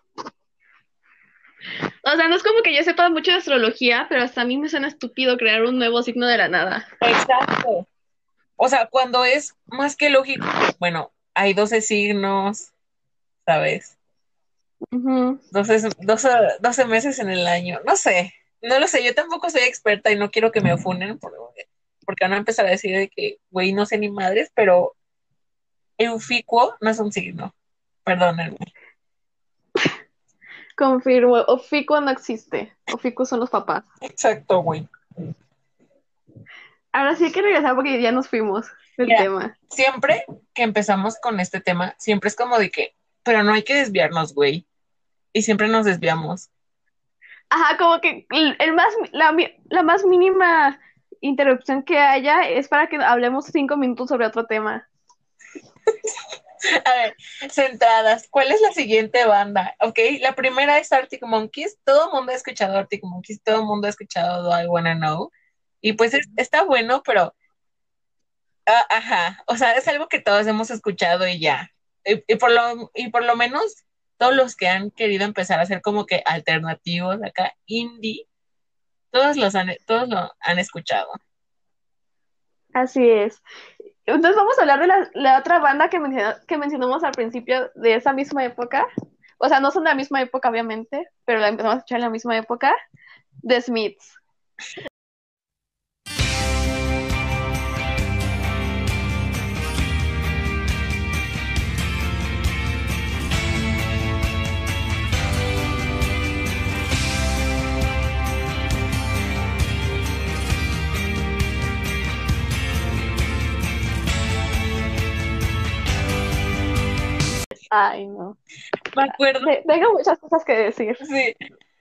O sea, no es como que yo sepa mucho de astrología, pero hasta a mí me suena estúpido crear un nuevo signo de la nada. Exacto. O sea, cuando es más que lógico, bueno, hay 12 signos, ¿sabes? Ujú. 12 meses en el año. No sé, no lo sé. Yo tampoco soy experta y no quiero que me funen porque van a empezar a decir de que, güey, no sé ni madres, pero euficuo no es un signo. Perdónenme. Confirmo, Oficuo no existe. Oficuo son los papás. Exacto, güey. Ahora sí hay que regresar porque ya nos fuimos del Mira, tema. siempre que empezamos con este tema, siempre es como de que, pero no hay que desviarnos, güey. Y siempre nos desviamos. Ajá, como que la más mínima interrupción que haya es para que hablemos 5 minutos sobre otro tema. A ver, centradas. ¿Cuál es la siguiente banda? Ok, la primera es Arctic Monkeys. Todo el mundo ha escuchado Arctic Monkeys, todo el mundo ha escuchado Do I Wanna Know. Y pues está bueno, pero, ajá, o sea, es algo que todos hemos escuchado y ya. Y por lo menos todos los que han querido empezar a hacer como que alternativos acá, indie, todos lo han escuchado. Así es. Entonces vamos a hablar de la otra banda que mencionamos al principio de esa misma época. O sea, no son de la misma época, obviamente, pero la empezamos a escuchar en la misma época. The Smiths. Ay, no. Me acuerdo. Tengo muchas cosas que decir. Sí.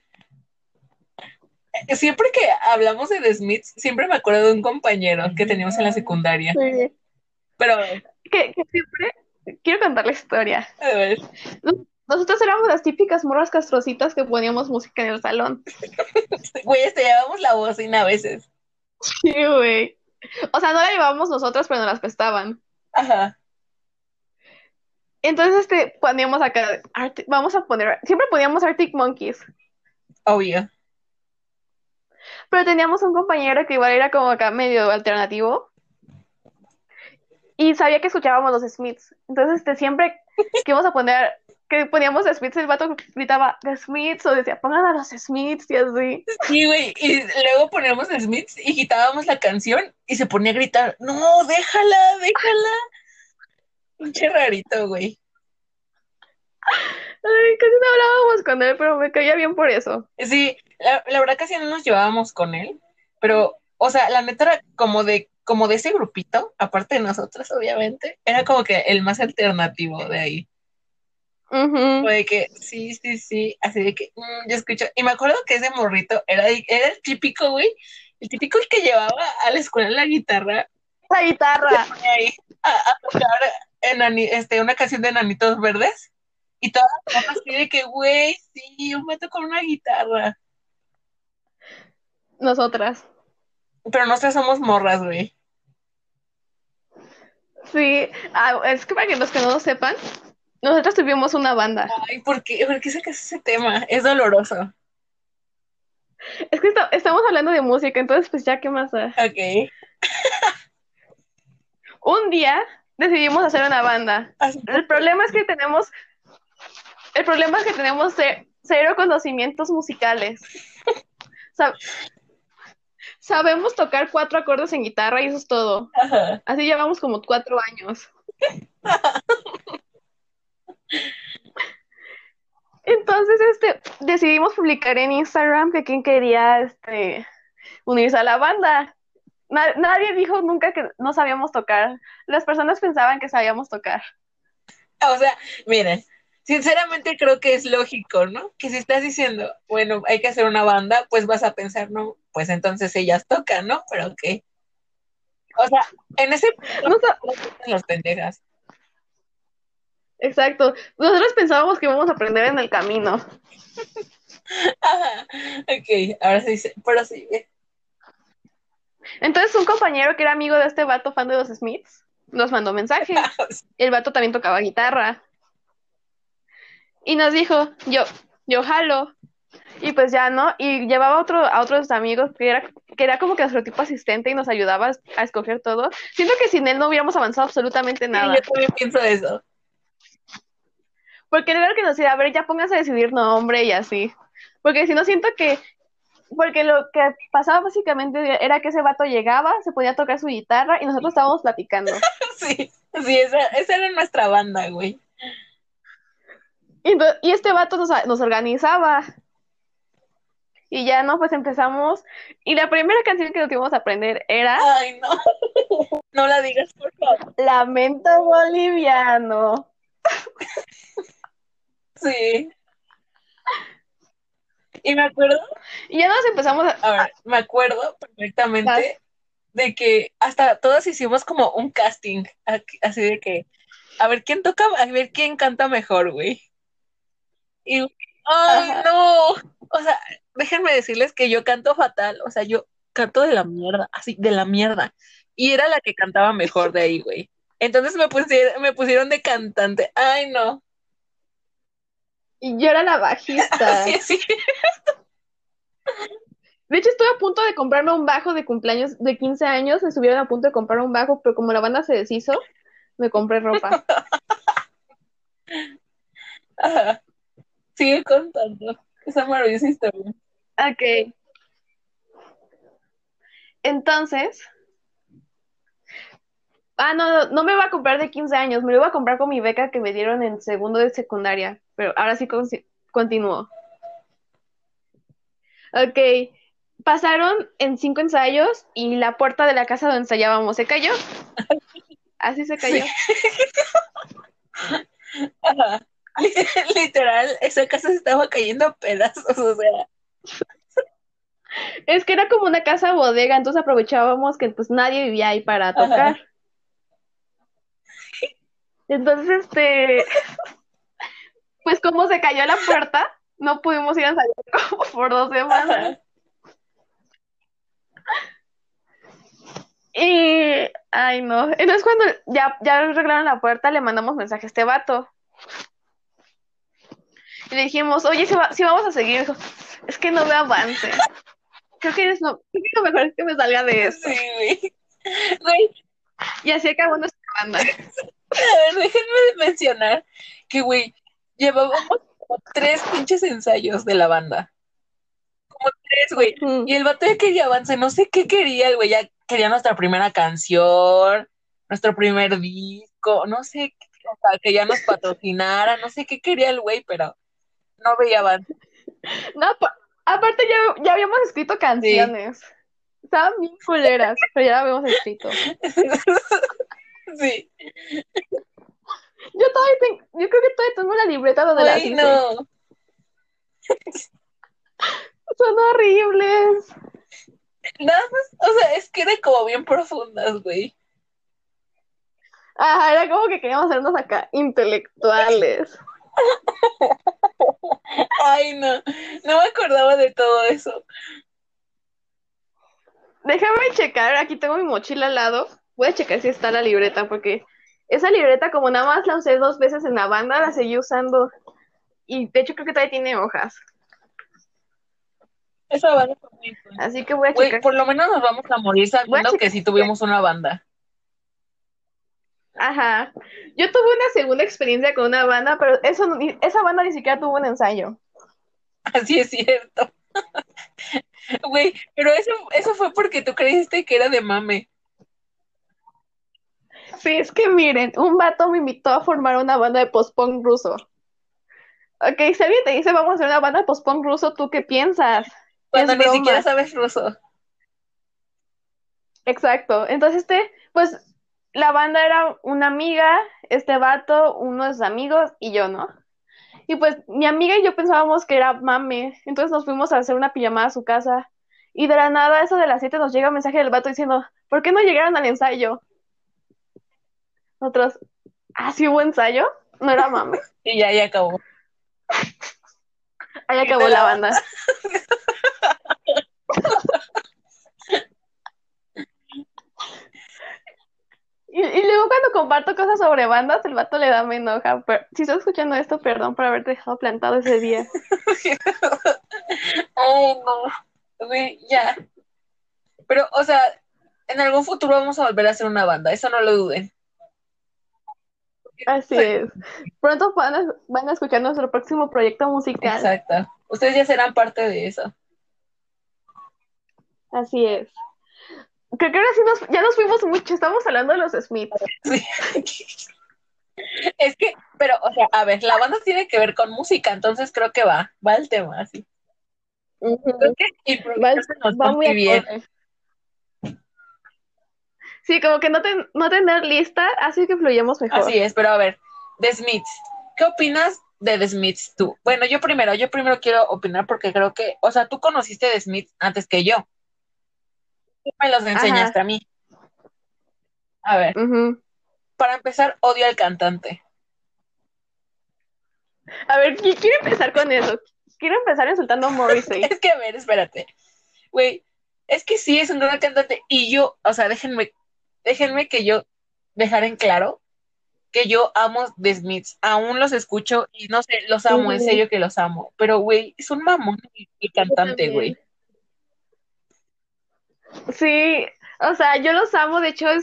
Siempre que hablamos de The Smiths, siempre me acuerdo de un compañero que teníamos en la secundaria. Sí. Pero, Que siempre quiero contar la historia. a ver, Nosotros éramos las típicas morras castrocitas que poníamos música en el salón. güey, llevábamos la bocina a veces. Sí, güey. O sea, no la llevábamos nosotras, pero nos las prestaban. Ajá, Entonces, poníamos acá, vamos a poner, siempre poníamos Arctic Monkeys. obvio. Pero teníamos un compañero que igual era como acá medio alternativo. Y sabía que escuchábamos los Smiths. Entonces, siempre que íbamos a poner, que poníamos The Smiths, el vato gritaba The Smiths o decía, pongan a los Smiths y así. Sí, güey, y luego poníamos The Smiths y quitábamos la canción y se ponía a gritar, no, déjala, déjala. Pinche rarito, güey. Ay, casi no hablábamos con él, pero me caía bien por eso. Sí, la verdad casi no nos llevábamos con él, pero, o sea, la neta era como de ese grupito, aparte de nosotros, obviamente, era como que el más alternativo de ahí. O de que, sí, sí, sí, así de que, yo escucho, y me acuerdo que ese morrito era el típico, güey, el típico el que llevaba a la escuela la guitarra, La guitarra. ahí, a tocar una canción de Enanitos Verdes, y todas las morras así de que, güey, sí, yo me toco con una guitarra. Nosotras. Pero nosotras somos morras, güey. Sí. Es que para que los que no lo sepan, nosotros tuvimos una banda. Ay, ¿por qué sacas ese tema? Es doloroso. Es que estamos hablando de música, entonces pues ya, ¿qué más da? Ok. Un día decidimos hacer una banda. El problema es que tenemos cero conocimientos musicales. Sab- Sabemos tocar 4 acordes en guitarra y eso es todo. Ajá. Así llevamos como 4 años. Entonces, decidimos publicar en Instagram que quien quería, unirse a la banda. Nadie dijo nunca que no sabíamos tocar. Las personas pensaban que sabíamos tocar. O sea, miren, sinceramente creo que es lógico, ¿no? Que si estás diciendo, bueno, hay que hacer una banda, pues vas a pensar, no, pues entonces ellas tocan, ¿no? Pero ok. O sea, en ese punto No las pendejas. Exacto. Nosotros pensábamos que íbamos a aprender en el camino. Ajá. Ok, ahora sí, pero sí. Entonces, un compañero que era amigo de este vato fan de los Smiths nos mandó mensaje. El vato también tocaba guitarra. Y nos dijo, yo jalo. Y pues ya, ¿no? Y llevaba a otros amigos que era como que nuestro tipo asistente y nos ayudaba a escoger todo. Siento que sin él no hubiéramos avanzado absolutamente Sí, nada. yo también pienso eso. Porque él era el que nos decía, a ver, ya pónganse a decidir nombre y así. Porque si no siento que, porque lo que pasaba básicamente era que ese vato llegaba, se podía tocar su guitarra y nosotros estábamos platicando. Sí, sí, esa era nuestra banda, güey. Y este vato nos organizaba. Y ya no, pues empezamos. Y la primera canción que nos íbamos a aprender era Ay, no. No la digas, por favor. Lamento Boliviano. Sí. Y me acuerdo, Y ya nos empezamos a ver, me acuerdo perfectamente de que hasta todos hicimos como un casting, así de que, a ver quién toca, a ver quién canta mejor, güey. Y, ay, Ajá. no. O sea, déjenme decirles que yo canto fatal, o sea, yo canto de la mierda, así, de la mierda. Y era la que cantaba mejor de ahí, güey. Entonces me pusieron de cantante. Ay, no. Y yo era la Así, bajista. así. De hecho, estuve a punto de comprarme un bajo de cumpleaños de 15 años. Me estuvieron a punto de comprar un bajo, pero como la banda se deshizo, me compré ropa. Ajá. Sigue contando. Esa maravillosa historia. Ok. Entonces, no, no me iba a comprar de 15 años, me lo iba a comprar con mi beca que me dieron en segundo de secundaria, pero ahora sí continúo. Ok, pasaron en 5 ensayos y la puerta de la casa donde ensayábamos se cayó, así se Sí. cayó. Ajá. Literal, esa casa se estaba cayendo a pedazos, o sea. Es que era como una casa bodega, entonces aprovechábamos que pues nadie vivía ahí para Ajá. tocar. Entonces, pues como se cayó la puerta, no pudimos ir a ensayar como por 2 semanas. Ajá. Y, ay no, entonces cuando ya arreglaron la puerta, le mandamos mensaje a este vato. Y le dijimos, oye, si vamos a seguir. Dijo, es que no veo avance. Creo que lo mejor es que me salga de esto. Sí, güey. Güey, Y así acabó nuestra banda. a ver, déjenme mencionar que, güey, llevábamos como 3 pinches ensayos de la banda. Como 3, güey. Mm. Y el vato ya quería avance, no sé qué quería el güey, ya quería nuestra primera canción, nuestro primer disco, no sé, o sea, que ya nos patrocinara, no sé qué quería el güey, pero no veía avance. No, aparte ya habíamos escrito Sí. canciones. Estaban bien culeras, pero ya la habíamos escrito. Sí. Yo creo que todavía tengo la libreta donde las Güey, hice. no. Son horribles. Nada más, o sea, es que eran como bien profundas, güey. Ajá, era como que queríamos hacernos acá intelectuales. Ay, no, no me acordaba de todo eso. Déjame checar, aquí tengo mi mochila al lado. Voy a checar si está la libreta, porque esa libreta, como nada más la usé 2 veces en la banda, la seguí usando. Y de hecho creo que todavía tiene hojas. Esa banda fue muy buena. Así que voy a Güey, checar. por lo menos nos vamos a morir Voy a sabiendo que checar. sí tuvimos una banda. Ajá. Yo tuve una segunda experiencia con una banda, pero esa banda ni siquiera tuvo un ensayo. Así es cierto. Güey, pero eso fue porque tú creíste que era de mame. Sí, es que miren, un vato me invitó a formar una banda de post-punk ruso. Ok, si alguien te dice vamos a hacer una banda de post-punk ruso, ¿tú qué piensas? Cuando Es ni siquiera broma. sabes ruso. Exacto. Entonces, pues, la banda era una amiga, este vato, unos amigos y yo, ¿no? Y pues mi amiga y yo pensábamos que era mame. Entonces nos fuimos a hacer una pijamada a su casa. Y de la nada, eso de las 7 nos llega un mensaje del vato diciendo, ¿por qué no llegaron al ensayo? Nosotros, ¿ah, sí hubo ensayo? No era mame. Y ya, ya acabó. Ahí Y de acabó la la banda. banda. Y luego cuando comparto cosas sobre bandas, el vato le da me enoja. Pero, si estás escuchando esto, perdón por haberte dejado plantado ese día. Ay, no. Güey, ya. Pero, o sea, en algún futuro vamos a volver a hacer una banda, eso no lo duden. Así es. Pronto van a escuchar nuestro próximo proyecto musical. Exacto. Ustedes ya serán parte de eso. Así es. Creo que ahora sí ya nos fuimos mucho. Estamos hablando de los Smiths. Sí. Es que, pero, o sea, a ver, la banda tiene que ver con música, entonces creo que va el tema, así. Creo Ujú. que Va, improvisar se nos da va muy muy bien. acorde. Sí, como que no tener lista, así que fluyamos Así mejor. es, pero a ver, The Smiths, ¿qué opinas de The Smiths tú? Bueno, yo primero quiero opinar porque creo que, o sea, tú conociste The Smiths antes que yo. Tú me los enseñaste Ajá. a mí. A ver, Ujú. para empezar, odio al cantante. A ver, quiero empezar con eso. Quiero empezar insultando a Morrissey. Es que, a ver, espérate. Güey, es que sí es un gran cantante y yo, o sea, déjenme que yo dejar en claro que yo amo The Smiths, aún los escucho y no sé, los amo, en Ujú. serio que los amo, pero güey, es un mamón el Yo cantante, también. güey. Sí, o sea, yo los amo. De hecho,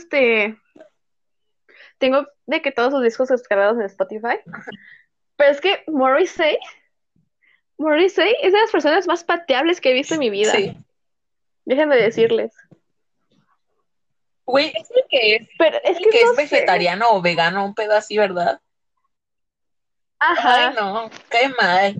tengo de que todos sus discos descargados en Spotify. Pero es que Morrissey es de las personas más pateables que he visto en mi vida. Sí, Déjenme decirles. Güey, es Pero es el que que es no sé. vegetariano o vegano, un pedo así, ¿verdad? Ay, Ajá. no, cae mal.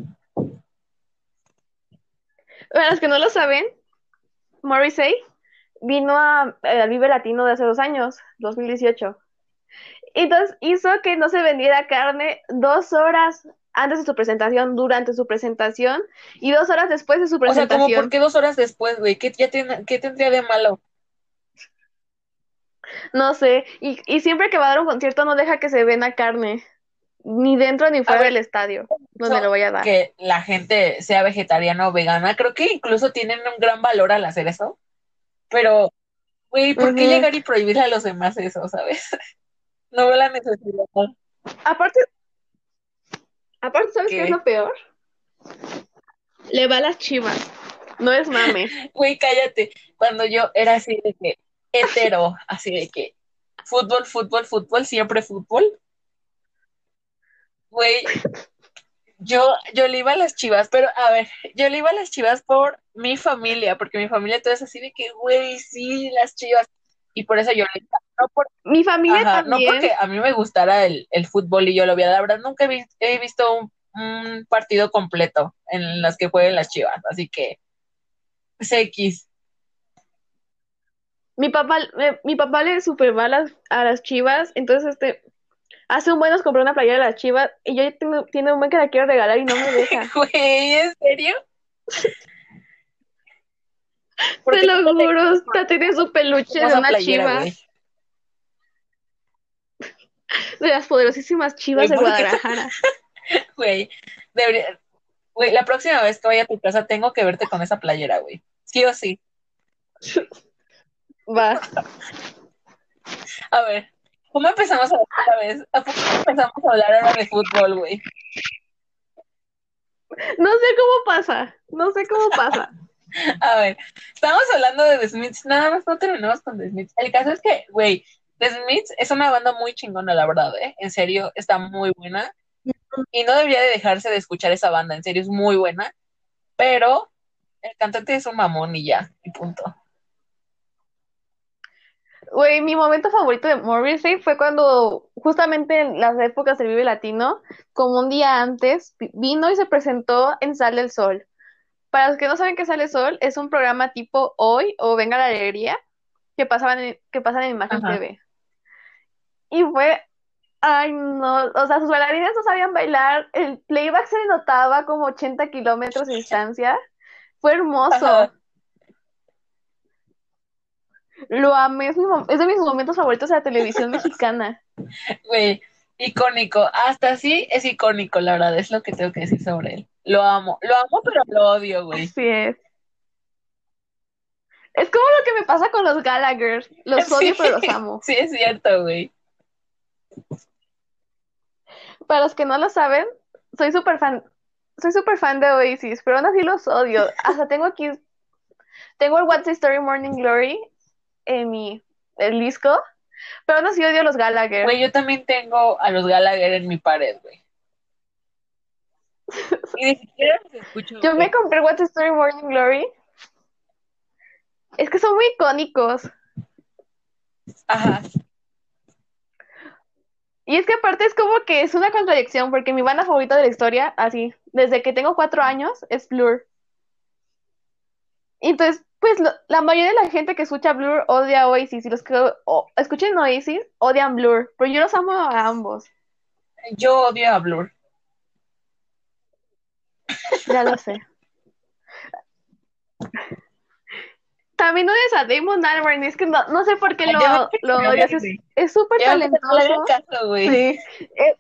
Para los que no lo saben, Morrissey vino al Vive Latino de hace 2 años, 2018. Entonces hizo que no se vendiera carne 2 horas antes de su presentación, durante su presentación y 2 horas después de su O sea, como por presentación. qué 2 horas después, güey, ¿qué tendría de malo? No sé. Y siempre que va a dar un concierto no deja que se venda carne, ni dentro ni A fuera ver, del estadio, donde lo eso voy a dar. que la gente sea vegetariana o vegana, creo que incluso tienen un gran valor al hacer eso, pero, güey, ¿por qué Ujú. llegar y prohibirle a los demás eso, sabes? No veo la necesidad. Aparte, aparte, ¿sabes qué es Que, lo peor? Le va a las Chivas. No es mame. güey, cállate. Cuando yo era así de que hetero, así de que fútbol, fútbol, fútbol, siempre fútbol, güey, yo le iba a las Chivas, pero a ver, yo le iba a las Chivas por mi familia, porque mi familia todo es así de que, güey, sí, las Chivas. Y por eso yo le iba, Mi familia ajá, no también. porque a mí me gustara el fútbol y yo lo viera, la verdad nunca he visto un partido completo en las que jueguen las Chivas, así que CX. Mi papá le super va a las Chivas, entonces hace un buen nos compró una playera de las Chivas y yo tiene un buen que la quiero regalar y no me deja. Güey, ¿en serio? Te Porque tú lo no le juro, dices por hasta tiene su peluche de hermosa una playera, chiva, güey. de las poderosísimas Güey, Chivas de ¿por qué? Guadalajara. Güey, debería, güey, la próxima vez que vaya a tu casa tengo que verte con esa playera, güey. Sí o sí. Va. A ver, ¿cómo empezamos a hablar otra vez? ¿A poco empezamos a hablar ahora de fútbol, güey? No sé cómo pasa, no sé cómo pasa. A ver, estamos hablando de The Smiths, nada más no terminamos con The Smiths. El caso es que, güey, The Smiths es una banda muy chingona, la verdad, ¿eh? En serio, está muy buena. Y no debería de dejarse de escuchar esa banda, en serio, es muy buena. Pero el cantante es un mamón y ya, y punto. Güey, mi momento favorito de Morrissey fue cuando, justamente en las épocas del Vive Latino, como un día antes, vino y se presentó en Sale el Sol. Para los que no saben qué Sale el Sol, es un programa tipo Hoy o Venga la Alegría que pasan en Imagen Ajá. TV. Y fue, ay no, o sea, sus bailarines no sabían bailar, el playback se le notaba como 80 kilómetros de distancia. Fue Ajá, hermoso. Lo amé, es de mis momentos favoritos de la televisión mexicana. güey, icónico. Hasta así es icónico, la verdad, es lo que tengo que decir sobre él. Lo amo, pero lo odio, güey. Así es. Es como lo que me pasa con los Gallagher. Los Sí, odio, pero los amo. sí es cierto, güey. Para los que no lo saben, soy súper fan. Soy súper fan de Oasis, pero aún así los odio. Hasta tengo el What's the Story Morning Glory en el disco, pero aún así odio a los Gallagher. Güey, yo también tengo a los Gallagher en mi pared, güey. Y ni siquiera los escucho, Yo me güey. compré What's the Story Morning Glory. Es que son muy icónicos. Ajá. Y es que aparte es como que es una contradicción, porque mi banda favorita de la historia, así, desde que tengo 4 años, es Blur. Y entonces, pues la mayoría de la gente que escucha Blur odia a Oasis, y los que escuchen Oasis odian Blur, pero yo los amo a ambos, Yo odio a Blur. ya lo sé. También odias a Damon Albarn, y es que no sé por qué Ay, ya me cae lo mal, odias, güey. es súper Ya me cae mal, hagan talentoso. caso, güey. Sí. Eh,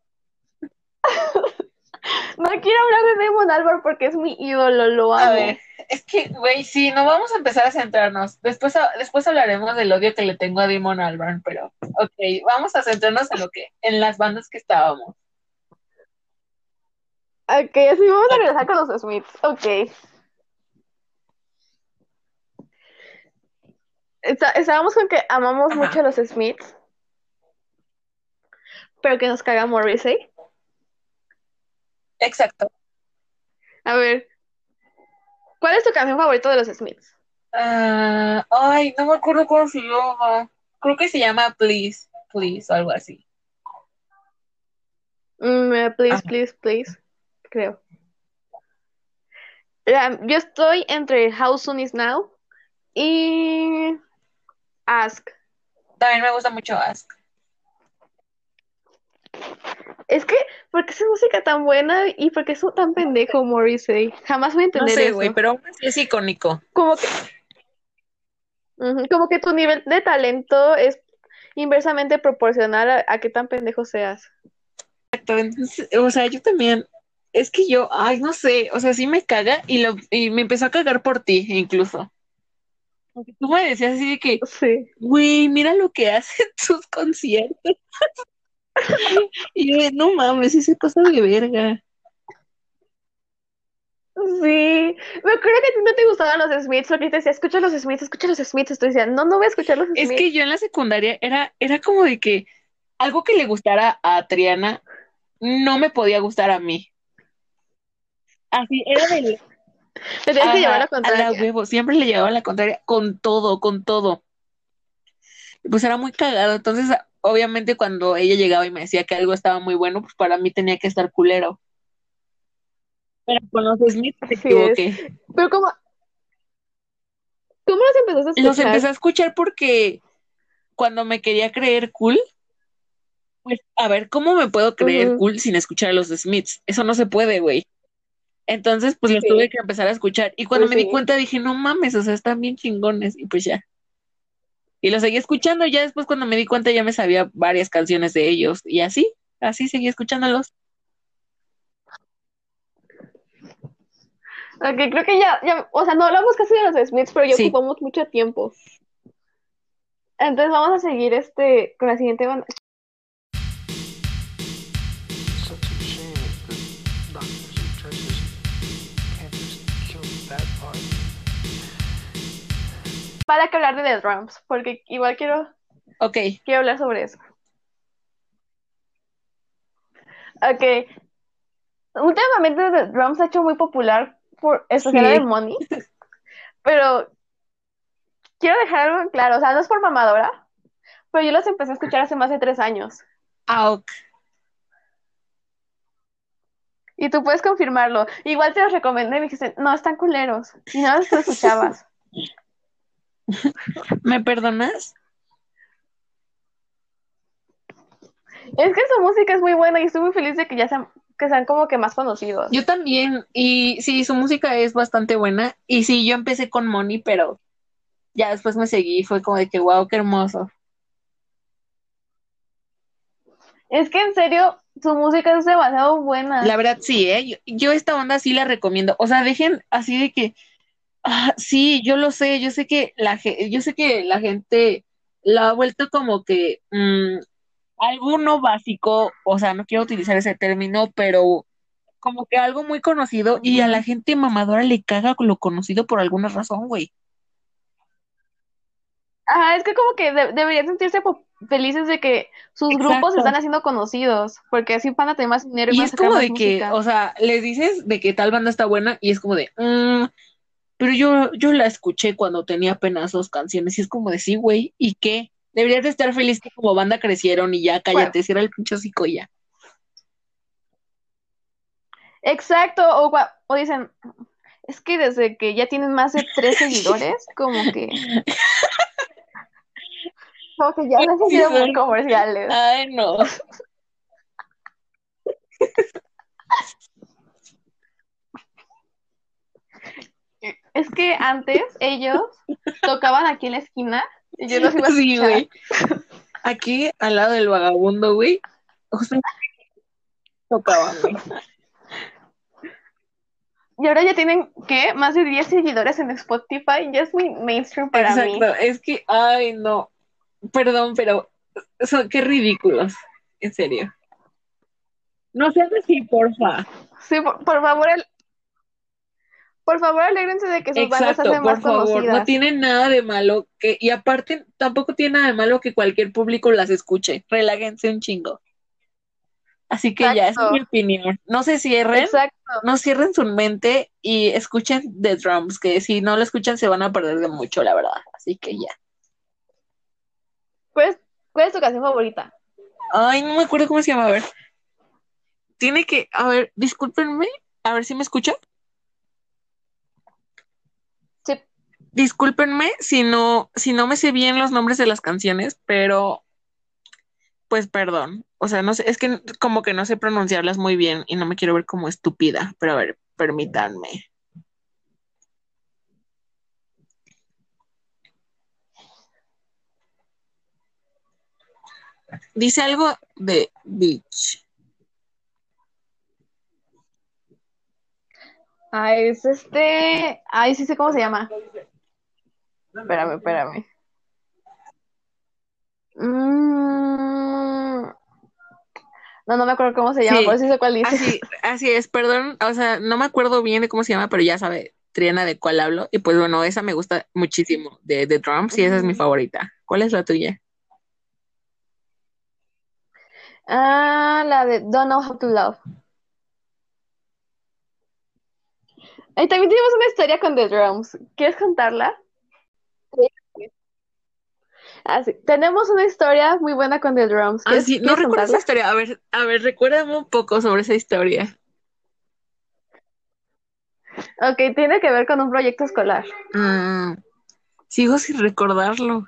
no quiero hablar de Damon Albarn porque es mi ídolo, lo A ver, amo. es que, güey, sí, no vamos a empezar a centrarnos. Después hablaremos del odio que le tengo a Damon Albarn, pero, ok, vamos a centrarnos en las bandas que estábamos. Ok, así vamos a regresar con los Smiths. Ok. Estábamos con que amamos mucho Ajá, a los Smiths, pero que nos caga Morrissey. exacto. A ver, ¿cuál es tu canción favorita de los Smiths? Ay, no me acuerdo cómo se llama. creo que se llama Please, Please o algo así. Please, please, please, creo. Yo estoy entre How Soon Is Now y Ask. También me gusta mucho Ask. Es que, ¿por qué es música tan buena y por qué es tan pendejo Morrissey? Jamás voy a No entender sé, güey, eso. pero aún así es icónico. Como que, como que tu nivel de talento es inversamente proporcional a qué tan pendejo seas. Exacto, entonces, o sea, yo también, es que yo, ay, no sé, o sea, sí me caga y me empezó a cagar por ti, incluso. Porque tú me decías así de que, Sí. güey, mira lo que hacen sus conciertos. Y yo, no mames, esa cosa de verga. Sí, me acuerdo que a ti no te gustaban los Smiths, porque te decía, escucha los Smiths, escucha los Smiths. Y tú decías, no, no voy a escuchar los Es Smiths. que yo en la secundaria era como de que algo que le gustara a Triana no me podía gustar a mí. Así, era de, Te tienes que llevar la ajá, a la contraria. huevo, siempre le llevaba la contraria con todo, con todo. Y pues era muy cagado. Entonces, obviamente, cuando ella llegaba y me decía que algo estaba muy bueno, pues para mí tenía que estar culero. Pero con los Smith me Así es. equivoqué. Pero ¿cómo los empezaste a Los empecé a escuchar? escuchar porque cuando me quería creer cool, pues a ver, ¿cómo me puedo creer Ujú, cool sin escuchar a los Smiths? Eso no se puede, güey. Entonces, pues los tuve sí, que empezar a escuchar. Y cuando pues me di sí. cuenta dije, no mames, o sea, están bien chingones. Y pues ya. Y los seguí escuchando. Ya después, cuando me di cuenta, ya me sabía varias canciones de ellos. Y así, así seguí escuchándolos. Ok, creo que o sea, no hablamos casi de los Smiths, pero ya Sí. ocupamos mucho tiempo. Entonces vamos a seguir con la siguiente banda. It's such a shame that doctors and judges can't just kill that part. Para que hablar de The Drums, porque igual Ok. quiero hablar sobre eso. Ok, últimamente The Drums se ha hecho muy popular, por especial la de Sí. Money, pero quiero dejar algo en claro, o sea, no es por mamadora, pero yo los empecé a escuchar hace más de 3 años. Ah, ok. Y tú puedes confirmarlo. Igual te los recomendé y me dijiste, no, están culeros. Y no los escuchabas. ¿Me perdonas? Es que su música es muy buena y estoy muy feliz de que que sean como que más conocidos. Yo también. Y sí, su música es bastante buena. Y sí, yo empecé con Money, pero ya después me seguí y fue como de que, wow, qué hermoso. Es que en serio, su música es demasiado La buena. verdad, sí, ¿eh? Yo esta onda sí la recomiendo. O sea, dejen así de que, sí, yo lo sé, yo sé que la gente la ha vuelto como que algo no básico, o sea, no quiero utilizar ese término, pero como que algo muy conocido y a la Ujú. gente mamadora le caga lo conocido por alguna razón, güey. Ajá, es que como que deberían sentirse felices de que sus grupos se Exacto. están haciendo conocidos, porque así van a tener más dinero y Y van a es sacar como más de que, música. o sea, les dices de que tal banda está buena y es como de, pero yo la escuché cuando tenía apenas 2 canciones y es como de, sí, güey, ¿y qué? Deberías de estar feliz que como banda crecieron y ya Bueno, cállate, cierra el pinche hocico y ya. exacto, o dicen, es que desde que ya tienen más de 3 seguidores, como que ya no han Sí, sido muy son. comerciales. Ay, no. Es que antes ellos tocaban aquí en la esquina y yo los iba a Sí, escuchar. güey. Aquí, al lado del vagabundo, güey, justo tocaban, güey. Y ahora ya tienen, ¿qué? Más de 10 seguidores en Spotify. Ya es muy mainstream para Exacto, mí. es que, ay, no. Perdón, pero son qué ridículos. En serio. No seas así, porfa. Sí, por favor, alégrense de que sus bandas se Exacto, hacen por más favor, no conocidas. tiene nada de malo que, y aparte tampoco tiene nada de malo que cualquier público las escuche. Relájense un chingo. Así que ya, esa es mi Exacto, opinión. No se cierren, exacto. no cierren su mente y escuchen The Drums, que si no lo escuchan se van a perder de mucho, la verdad. Así que ya. ¿Cuál es tu canción favorita? Ay, no me acuerdo cómo se llama. A ver, a ver, discúlpenme, a ver si me escucha. Sí. Discúlpenme si no me sé bien los nombres de las canciones, pero pues perdón. O sea, no sé, es que como que no sé pronunciarlas muy bien y no me quiero ver como estúpida, pero a ver, permítanme. Dice algo de Beach. Ah, es Ay, sí sé cómo se llama. Espérame. Mm, No, no me acuerdo cómo se llama, pero Sí, sí sé cuál dices. así es, perdón, o sea, no me acuerdo bien de cómo se llama, pero ya sabe, Triana, de cuál hablo. Y pues bueno, esa me gusta muchísimo, de The Drums, y esa es mi Mm. favorita. ¿Cuál es la tuya? La de Don't Know How to Love. Ahí también tenemos una historia con The Drums. ¿Quieres contarla? Sí. Sí. Tenemos una historia muy buena con The Drums. Ah, sí, no ¿Quieres recuerdo esa contarla? historia. A ver, recuérdame un poco sobre esa historia. Ok, tiene que ver con un proyecto escolar. Mm, sigo sin recordarlo.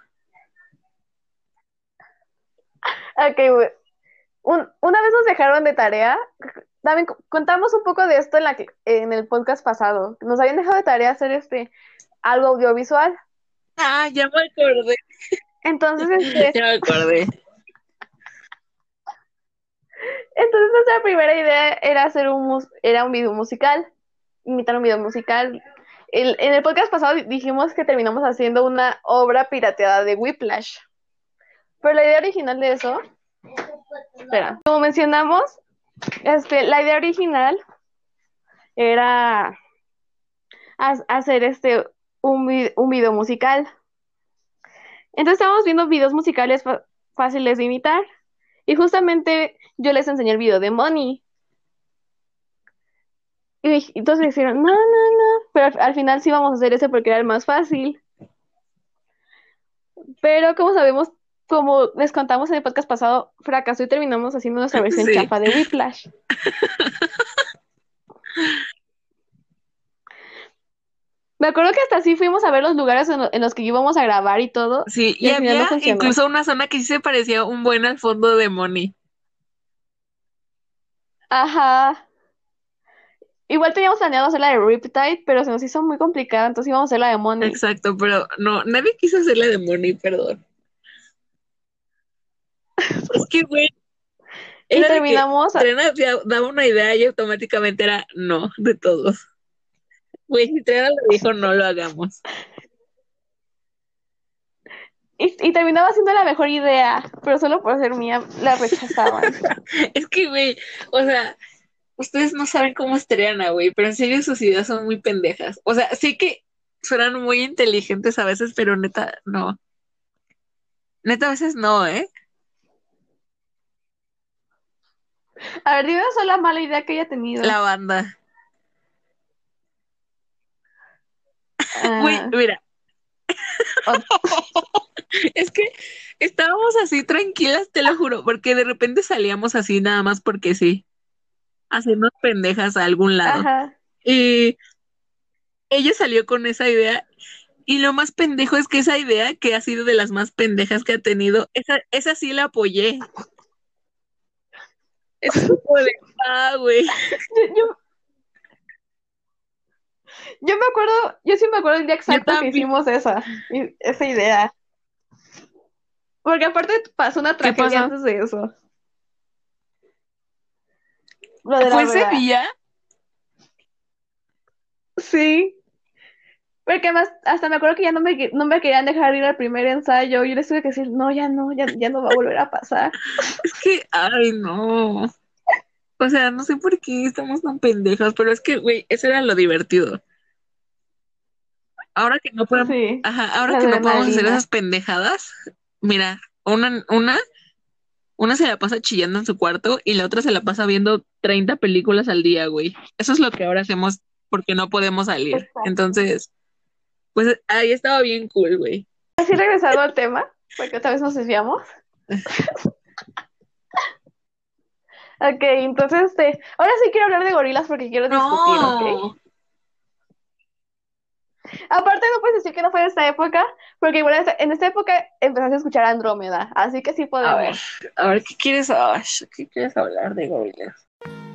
Ok, una vez nos dejaron de tarea. También contamos un poco de esto en el podcast pasado. Nos habían dejado de tarea hacer algo audiovisual. Ah, ya me acordé, Entonces, ya me acordé. entonces nuestra primera idea era hacer era un video musical, imitar un video musical. En el podcast pasado dijimos que terminamos haciendo una obra pirateada de Whiplash. Pero la idea original de eso, espera, como mencionamos, la idea original era hacer un video musical. Entonces estábamos viendo videos musicales fáciles de imitar. Y justamente yo les enseñé el video de Money. Y entonces dijeron, no, no, no. Pero al final sí vamos a hacer ese porque era el más fácil. Pero como sabemos, como les contamos en el podcast pasado, fracasó y terminamos haciendo nuestra versión Sí. chafa de Whiplash. Me acuerdo que hasta así fuimos a ver los lugares en los que íbamos a grabar y todo, Sí, y y al final no había funcionó. incluso una zona que sí se parecía un buen al fondo de Moni. Ajá. Igual teníamos planeado hacer la de Riptide, pero se nos hizo muy complicado, entonces íbamos a hacer la de Money. Exacto, pero no, nadie quiso hacerle de Moni, perdón. Es que, güey, Y era de que terminamos, Trena daba una idea y automáticamente era no de todos. Güey, si Trena lo dijo, no lo hagamos. y terminaba siendo la mejor idea, pero solo por ser mía la rechazaban. Es que, güey, o sea, ustedes no saben cómo es Triana, güey, pero en serio sus ideas son muy pendejas. O sea, sí que suenan muy inteligentes a veces, pero neta, no. Neta, a veces no, ¿eh? A ver, dime una sola mala idea que haya tenido. La banda. Güey, Ah, mira, o- es que estábamos así tranquilas, te lo juro, porque de repente salíamos así nada más porque sí, haciendo pendejas a algún lado. ajá. Y ella salió con esa idea. Y lo más pendejo es que esa idea, que ha sido de las más pendejas que ha tenido, esa sí la apoyé. Esa fue como de, güey. Yo, yo, yo sí me acuerdo el día Yo exacto que también. hicimos esa idea. Porque aparte pasó una ¿Qué tragedia pasó? antes de eso. Lo de ¿Fue la ese rueda. día? Sí. Porque además, hasta me acuerdo que ya no me querían dejar ir al primer ensayo. Yo les tuve que decir, no, ya no va a volver a pasar. Es que, ay, no. O sea, no sé por qué estamos tan pendejas, pero es que, güey, eso era lo divertido. Ahora que no podemos, Sí, ajá, ahora la que no podemos hacer adrenalina. esas pendejadas, mira, una se la pasa chillando en su cuarto y la otra se la pasa viendo 30 películas al día, güey. Eso es lo que ahora hacemos porque no podemos salir. Exacto. Entonces, pues ahí estaba bien cool, güey. Así regresando al tema. porque otra vez nos desviamos. Ok, entonces, ahora sí quiero hablar de gorilas porque quiero discutir, ¿ok? No. Aparte no puedes decir que no fue de esta época, porque igual en esta época empezaste a escuchar Andrómeda, así que sí A ver, podemos. ¿qué quieres? Ay, ¿qué quieres hablar de gorilas?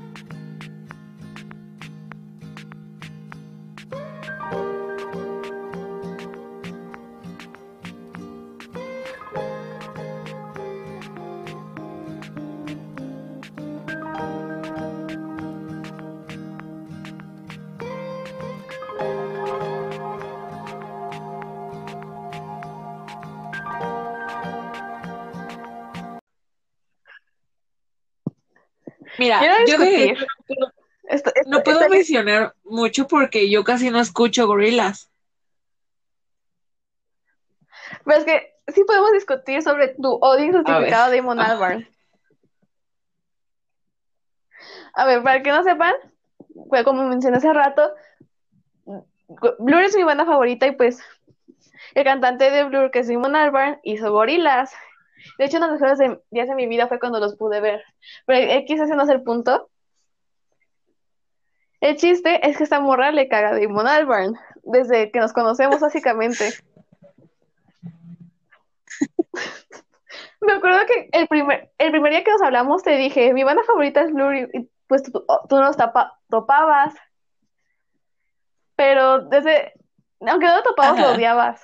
Mira, Quiero yo de discutir. hecho Esto, no esto, puedo esto- mencionar mucho porque yo casi no escucho gorilas. pero es que sí podemos discutir sobre tu odio A ver. injustificado a Damon Ah, Albarn. A ver, para que no sepan, pues como mencioné hace rato, Blur es mi banda favorita y pues el cantante de Blur, que es Damon Albarn, hizo Gorillaz. De hecho, uno de los mejores días de mi vida fue cuando los pude ver. Pero X ese no es el punto. El chiste es que esta morra le caga a Damon Albarn desde que nos conocemos básicamente. Me acuerdo que el primer día que nos hablamos te dije, mi banda favorita es Blur y, pues tú nos topabas, pero aunque no lo topabas, lo ajá. odiabas.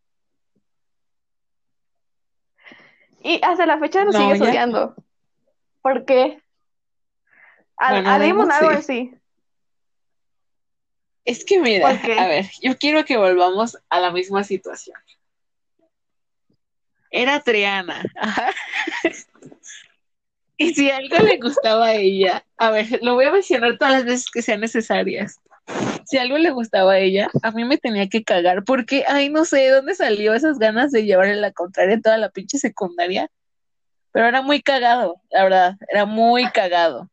Y hasta la fecha lo No, sigues ya. odiando. ¿Por qué? Bueno, A Damon Damon Albarn sí. sí. Es que ¿Por mira, a qué? ver, yo quiero que volvamos a la misma situación. Era Triana. Ajá. Y si algo le gustaba a ella, a ver, lo voy a mencionar todas las veces que sean necesarias. Si algo le gustaba a ella, a mí me tenía que cagar, porque, ay, no sé de dónde salió esas ganas de llevarle la contraria en toda la pinche secundaria, pero era muy cagado, la verdad, era muy cagado.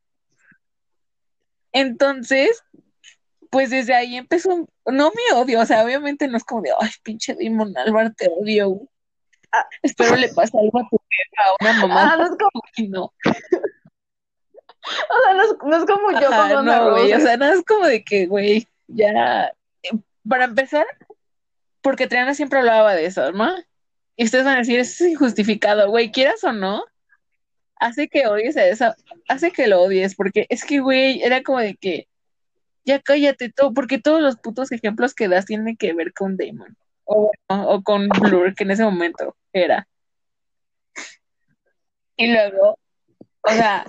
Entonces, pues desde ahí empezó, no me odio, o sea, obviamente no es como de, ay, pinche Damon Albarn, te odio, güey. Ah, Espero le pase algo a tu jefa, a una mamá, no es como, y no. o sea, no es como yo con Ajá, Guns N' no, güey, o sea, Roses. nada es como de que, güey, ya, para empezar, porque Triana siempre hablaba de eso, ¿no? Y ustedes van a decir, eso es injustificado, güey, quieras o no, hace que odies a eso, hace que lo odies, porque es que, güey, era como de que, ya cállate todo, porque todos los putos ejemplos que das tienen que ver con Damon, o con Blur, que en ese momento era. Y luego, o sea,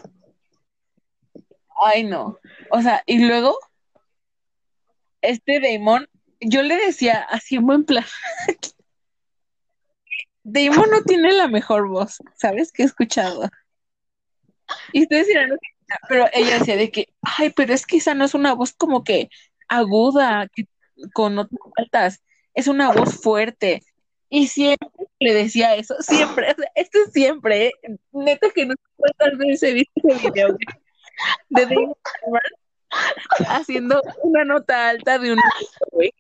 ay no, o sea, y luego, este Damon, yo le decía así en buen plan, Damon no tiene la mejor voz, ¿sabes? Que he escuchado. Y ustedes dirán, "No, pero ella decía de que, ay, pero es que esa no es una voz como que aguda, con notas altas, es una voz fuerte. Y siempre le decía eso, siempre, o sea, esto es siempre, neta que no sé cuántas veces he visto ese video, güey, de David Cameron haciendo una nota alta de un güey.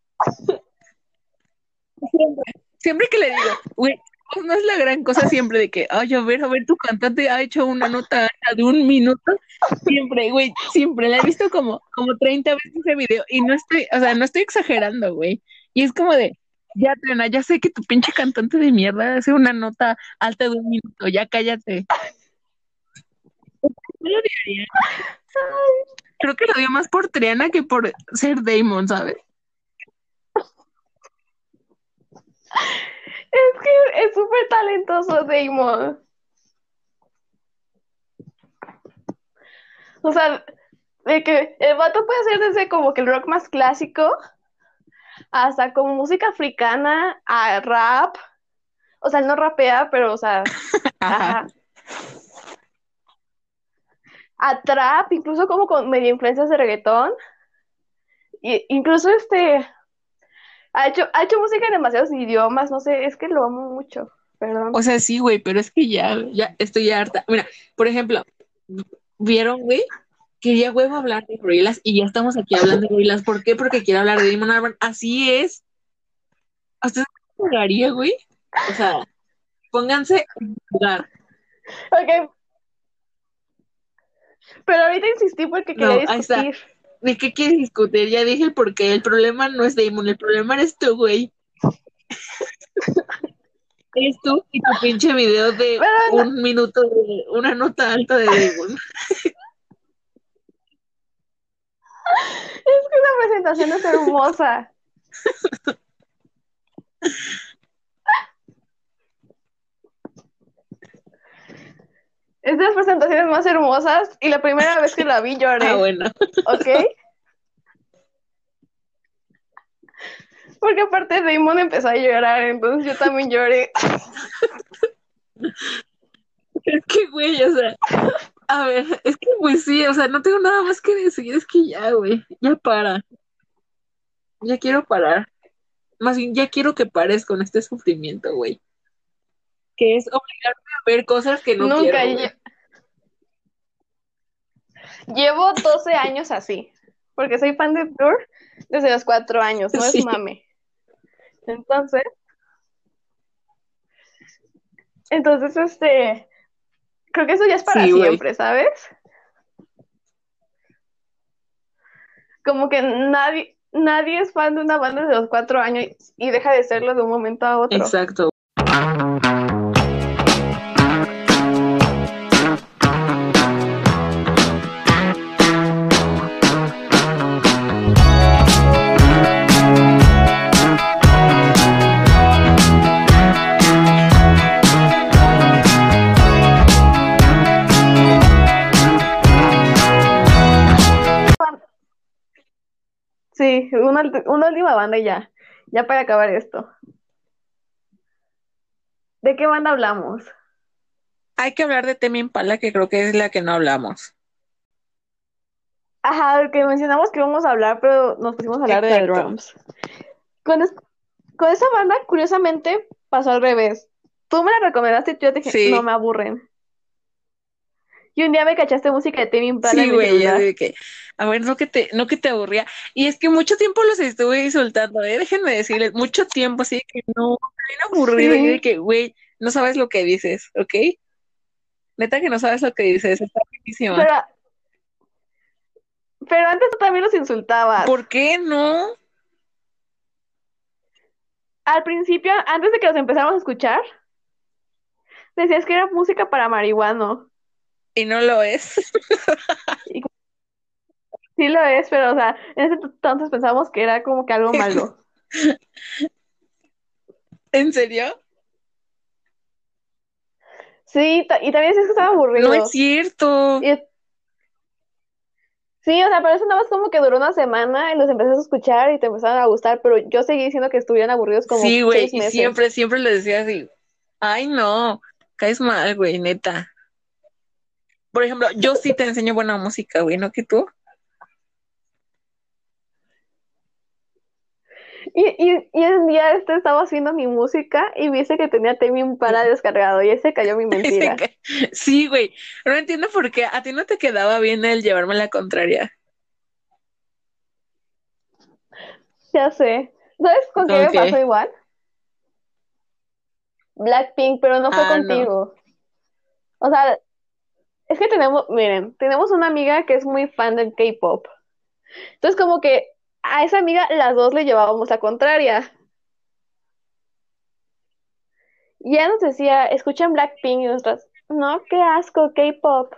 Siempre que le digo, güey, pues no es la gran cosa siempre de que, ay, a ver, tu cantante ha hecho una nota alta de 1 minuto. Siempre, güey, siempre. La he visto como 30 veces ese video y no estoy, o sea, no estoy exagerando, güey. Y es como de, ya, Trena, ya sé que tu pinche cantante de mierda hace una nota alta de 1 minuto, ya cállate. Yo lo odiaría. Creo que lo dio más por Triana que por ser Damon, ¿sabes? Es que es súper talentoso Damon. O sea, de que el vato puede hacer desde como que el rock más clásico hasta como música africana a rap. O sea, él no rapea, pero, o sea, Ajá. ajá. A trap, incluso como con medio influencias de reggaetón. Y incluso ha hecho música en demasiados idiomas, no sé, es que lo amo mucho, O perdón. sea, sí, güey, pero es que ya estoy harta. Mira, por ejemplo, ¿vieron, güey? Quería huevo hablar de gorilas y ya estamos aquí hablando de gorilas. ¿Por qué? Porque quiero hablar de Damon Albarn. Así es. ¿A ustedes les pegaría, güey? O sea, Pónganse a jugar. Ok, pero ahorita insistí porque quería No, ahí está. discutir. ¿De qué quieres discutir? Ya dije el porqué. El problema no es Damon, el problema eres tú, güey. Eres tú y tu pinche video de Pero no, 1 minuto de una nota alta de Damon. es que la presentación es hermosa. Es de las presentaciones más hermosas y la primera vez que la vi lloré. Ah, bueno. ¿Ok? Porque aparte Raymond empezó a llorar, entonces yo también lloré. Es que, güey, o sea, a ver, es que, pues sí, o sea, no tengo nada más que decir, es que ya, güey, ya para, ya quiero parar. Más bien, ya quiero que pares con este sufrimiento, güey. Que es obligarme a ver cosas que no Nunca. quiero, güey. Llevo 12 años así. Porque soy fan de Blur desde los 4 años, no es Sí. mame. Entonces, creo que eso ya es para Sí, güey. siempre, ¿sabes? Como que nadie es fan de una banda desde los 4 años y deja de serlo de un momento a otro. Exacto. Sí, una última banda y ya. Ya para acabar esto. ¿De qué banda hablamos? Hay que hablar de Tame Impala, que creo que es la que no hablamos. Ajá, que mencionamos que íbamos a hablar, pero nos pusimos a hablar de The Exacto. Drums. Con esa banda, curiosamente, pasó al revés. Tú me la recomendaste y yo te dije, Sí. no me aburren. Y un día me cachaste música de Tame Impala Sí, en mi güey, ya celular. de que, a ver, no que te aburría. Y es que mucho tiempo los estuve insultando, déjenme decirles, mucho tiempo, así de que no, bien aburrido, y de Sí, que, güey, no sabes lo que dices, ¿ok? Neta que no sabes lo que dices, está buenísima. pero antes tú también los insultabas. ¿Por qué no? Al principio, antes de que los empezáramos a escuchar, decías que era música para marihuano. Y no lo es. Y sí lo es, pero, o sea, en ese entonces pensábamos que era como que algo malo. ¿En serio? Sí, y también decías que estaba aburrido. No es cierto. Y sí, o sea, pero eso nada más como que duró una semana y los empezaste a escuchar y te empezaron a gustar, pero yo seguí diciendo que estuvieran aburridos como Sí, güey, 6 y meses. siempre le decía así, ay, no, caes mal, güey, neta. Por ejemplo, yo sí te enseño buena música, güey, ¿no que tú? Y un día estaba haciendo mi música y viste que tenía Tame Impala descargado y ese cayó mi mentira. Sí, güey, no entiendo por qué a ti no te quedaba bien el llevarme la contraria. Ya sé. ¿Sabes con qué me Ok. pasó igual? Blackpink, pero no fue Ah, no. contigo. O sea, es que tenemos una amiga que es muy fan del K-pop. Entonces como que a esa amiga las dos le llevábamos la contraria. Y ella nos decía, escuchan Blackpink y nosotras, no, qué asco, K-pop.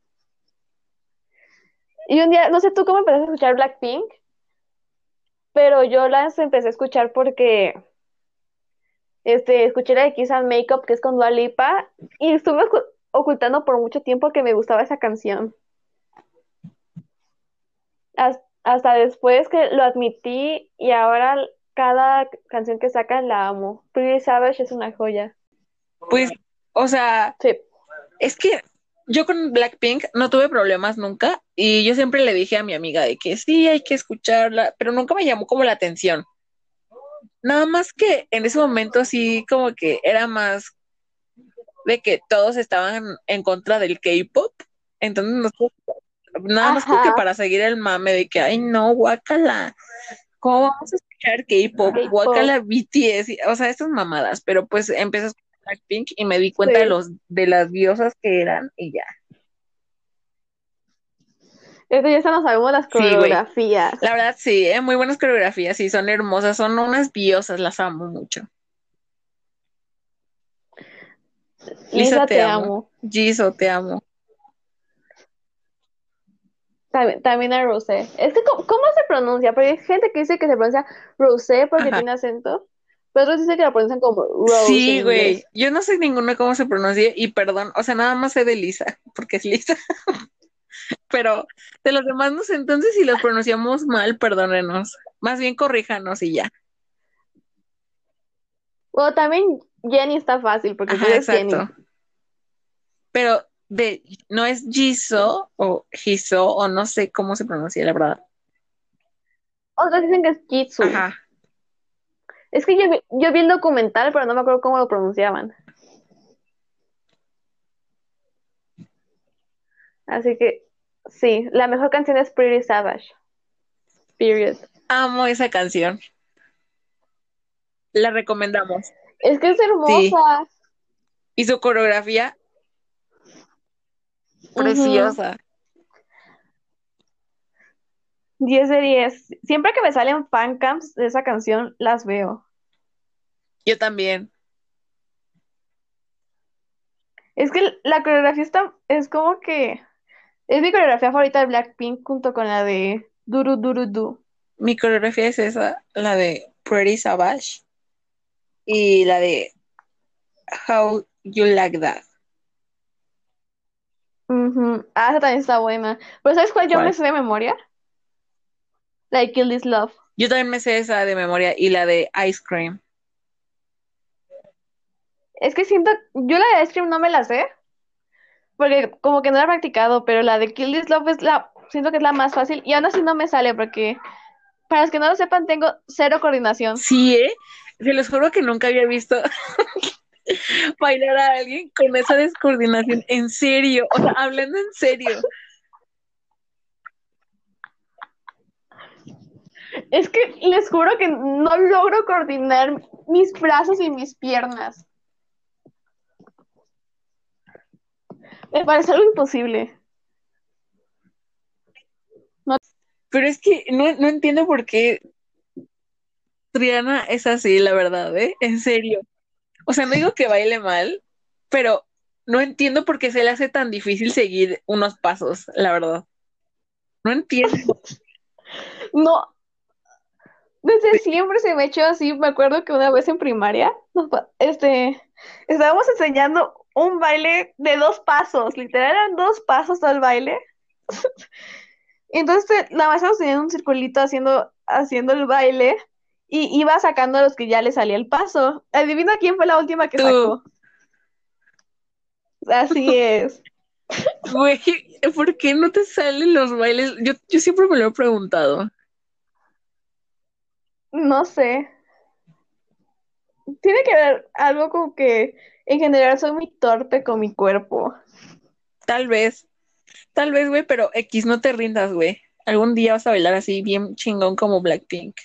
Y un día, no sé tú cómo empezaste a escuchar Blackpink, pero yo las empecé a escuchar porque escuché la de Kiss and Makeup, que es con Dua Lipa, y estuve ocultando por mucho tiempo que me gustaba esa canción. Hasta después que lo admití y ahora cada canción que sacan la amo. Pretty Savage es una joya. Pues, o sea, Sí. es que yo con Blackpink no tuve problemas nunca y yo siempre le dije a mi amiga de que sí, hay que escucharla, pero nunca me llamó como la atención. Nada más que en ese momento sí como que era más de que todos estaban en contra del K-pop, entonces nada más como que Ajá. para seguir el mame de que, ay no, guácala, ¿cómo vamos a escuchar K-pop? K-pop. Guácala BTS, o sea, estas mamadas, pero pues empezó Blackpink y me di cuenta Sí. de las diosas que eran y ya. Esto ya se nos sabemos las Sí, güey. coreografías. La verdad, sí, muy buenas coreografías, sí, son hermosas, son unas diosas, las amo mucho. Lisa, Lisa, te te amo. amo. Jisoo, te amo. También a Rosé. Es que, ¿cómo se pronuncia? Porque hay gente que dice que se pronuncia Rosé porque Ajá. tiene acento, pero otros dicen que la pronuncian como Rose en Sí, güey. inglés. Yo no sé ninguno cómo se pronuncia y perdón, o sea, nada más sé de Lisa, porque es Lisa, pero de los demás no sé, entonces si los pronunciamos mal, perdónenos. Más bien corríjanos y ya. Bueno, también Jenny está fácil porque pues Ajá, es Jenny. exacto. Pero no es Jisoo o Jisoo o no sé cómo se pronuncia, la verdad. Otros dicen que es Jitsu. Ajá. Es que yo vi el documental, pero no me acuerdo cómo lo pronunciaban. Así que sí, la mejor canción es Pretty Savage. Period. Amo esa canción. La recomendamos. Es que es Sí. hermosa. Y su coreografía, Ujú. preciosa. 10 de 10. Siempre que me salen fancams de esa canción, las veo. Yo también. Es que la coreografía es como que es mi coreografía favorita de Blackpink junto con la de Duru Duru Du. Mi coreografía es esa, la de Pretty Savage y la de How You Like That. Ujú. Ah, esa también está buena. Pero ¿sabes cuál yo me ¿Cuál? sé de memoria? Like Kill This Love. Yo también me sé esa de memoria y la de Ice Cream. Es que siento, yo la de Ice Cream no me la sé, porque como que no la he practicado, pero la de Kill This Love siento que es la más fácil y aún así no me sale porque, para los que no lo sepan, tengo cero coordinación. Sí, ¿eh? Se los juro que nunca había visto bailar a alguien con esa descoordinación. En serio, o sea, hablando en serio. Es que les juro que no logro coordinar mis brazos y mis piernas. Me parece algo imposible. No, Pero es que no entiendo por qué Triana es así, la verdad, ¿eh? En serio. O sea, no digo que baile mal, pero no entiendo por qué se le hace tan difícil seguir unos pasos, la verdad. No entiendo. no, desde siempre se me ha hecho así. Me acuerdo que una vez en primaria, estábamos enseñando un baile de 2 pasos, literal eran 2 pasos todo el baile. Y entonces la maestra nos tenía en un circulito haciendo el baile y iba sacando a los que ya le salía el paso. Adivina quién fue la última que Tú, sacó. Así es. güey, ¿por qué no te salen los bailes? Yo siempre me lo he preguntado. No sé. Tiene que ver algo con que en general soy muy torpe con mi cuerpo. Tal vez, güey, pero X, no te rindas, güey. Algún día vas a bailar así bien chingón como Blackpink.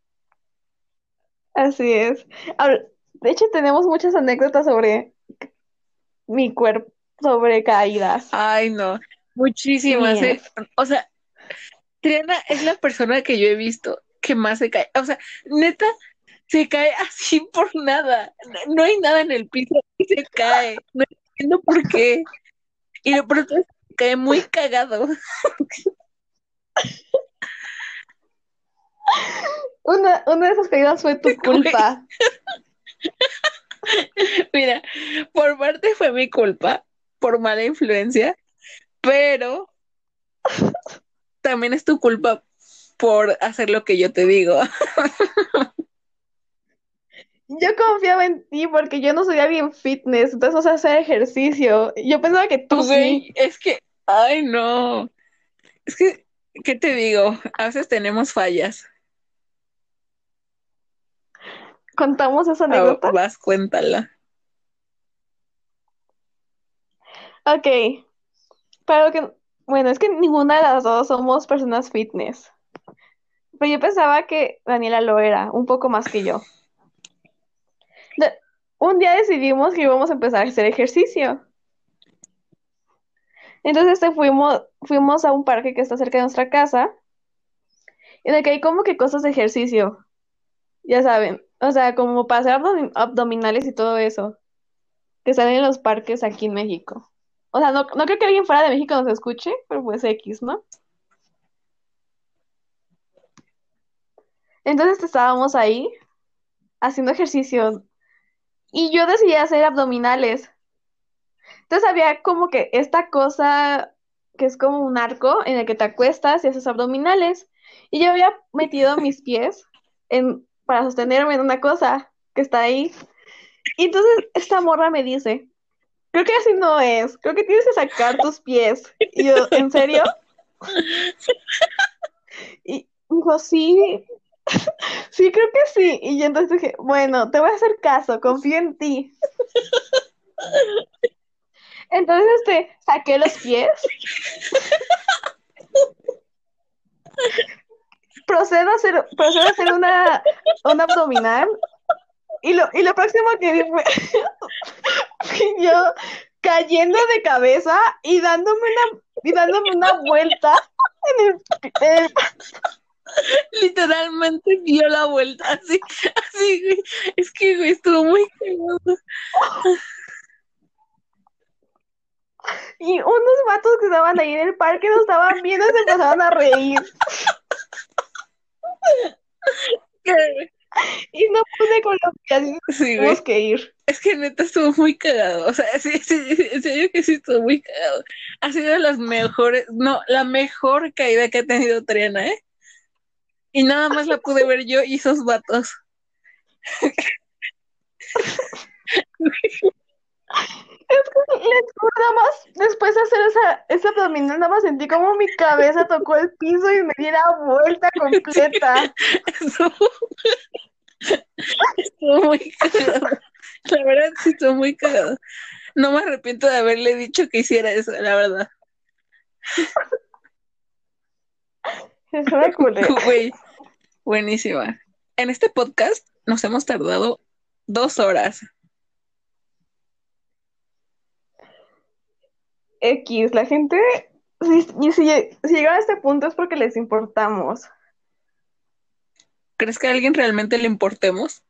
Así es. De hecho, tenemos muchas anécdotas sobre mi cuerpo, sobre caídas Ay, no, y muchísimas, ¿eh? mías. O sea, Triana es la persona que yo he visto que más se cae. O sea, neta, se cae así por nada. No hay nada en el piso y se cae. No entiendo por qué. Y de pronto se cae muy cagado. Una de esas caídas fue tu Güey, culpa. mira, por parte fue mi culpa, por mala influencia, pero también es tu culpa por hacer lo que yo te digo. Yo confiaba en ti porque yo no soy alguien fitness, entonces no sé hacer ejercicio. Yo pensaba que tú Güey, sí. es que, ay, no. Es que, ¿qué te digo? A veces tenemos fallas. ¿Contamos esa Ah, anécdota? vas, cuéntala. Ok, pero que, bueno, es que ninguna de las dos somos personas fitness. Pero yo pensaba que Daniela lo era, un poco más que yo. un día decidimos que íbamos a empezar a hacer ejercicio. Entonces fuimos a un parque que está cerca de nuestra casa, en el que hay como que cosas de ejercicio, ya saben, o sea, como para hacer abdominales y todo eso, que salen en los parques aquí en México. O sea, no creo que alguien fuera de México nos escuche, pero pues X, ¿no? Entonces estábamos ahí haciendo ejercicio y yo decidí hacer abdominales. Entonces había como que esta cosa que es como un arco en el que te acuestas y haces abdominales. Y yo había metido mis pies para sostenerme en una cosa que está ahí. Y entonces esta morra me dice, creo que así no es, creo que tienes que sacar tus pies. Y yo, ¿en serio? Y dijo, sí, sí, creo que sí. Y yo entonces dije, bueno, te voy a hacer caso, confío en ti. Entonces, saqué los pies, procedo a hacer una abdominal, y lo próximo que vi fue yo cayendo de cabeza y dándome una vuelta en el. Literalmente dio la vuelta, así, así, güey. Es que, güey, estuvo muy cagado. Y unos vatos que estaban ahí en el parque nos estaban viendo y se empezaron a reír. Y no pude con los pies y Sí, tuvimos güey. que ir. Es que neta estuvo muy cagado. O sea, sí, sí, en serio que sí estuvo muy cagado. Ha sido de las mejores, no, la mejor caída que ha tenido Triana, ¿eh? Y nada más la pude ver yo y esos vatos. Les juro, nada más, después de hacer esa abdominal, nada más sentí como mi cabeza tocó el piso y me di la vuelta completa. Estuvo, estuvo muy cagado. La verdad sí estuvo muy cagado. No me arrepiento de haberle dicho que hiciera eso, la verdad. Eso me culé. Güey, buenísima. En este podcast nos hemos tardado 2 horas. X, la gente, si llegan a este punto es porque les importamos. ¿Crees que a alguien realmente le importemos?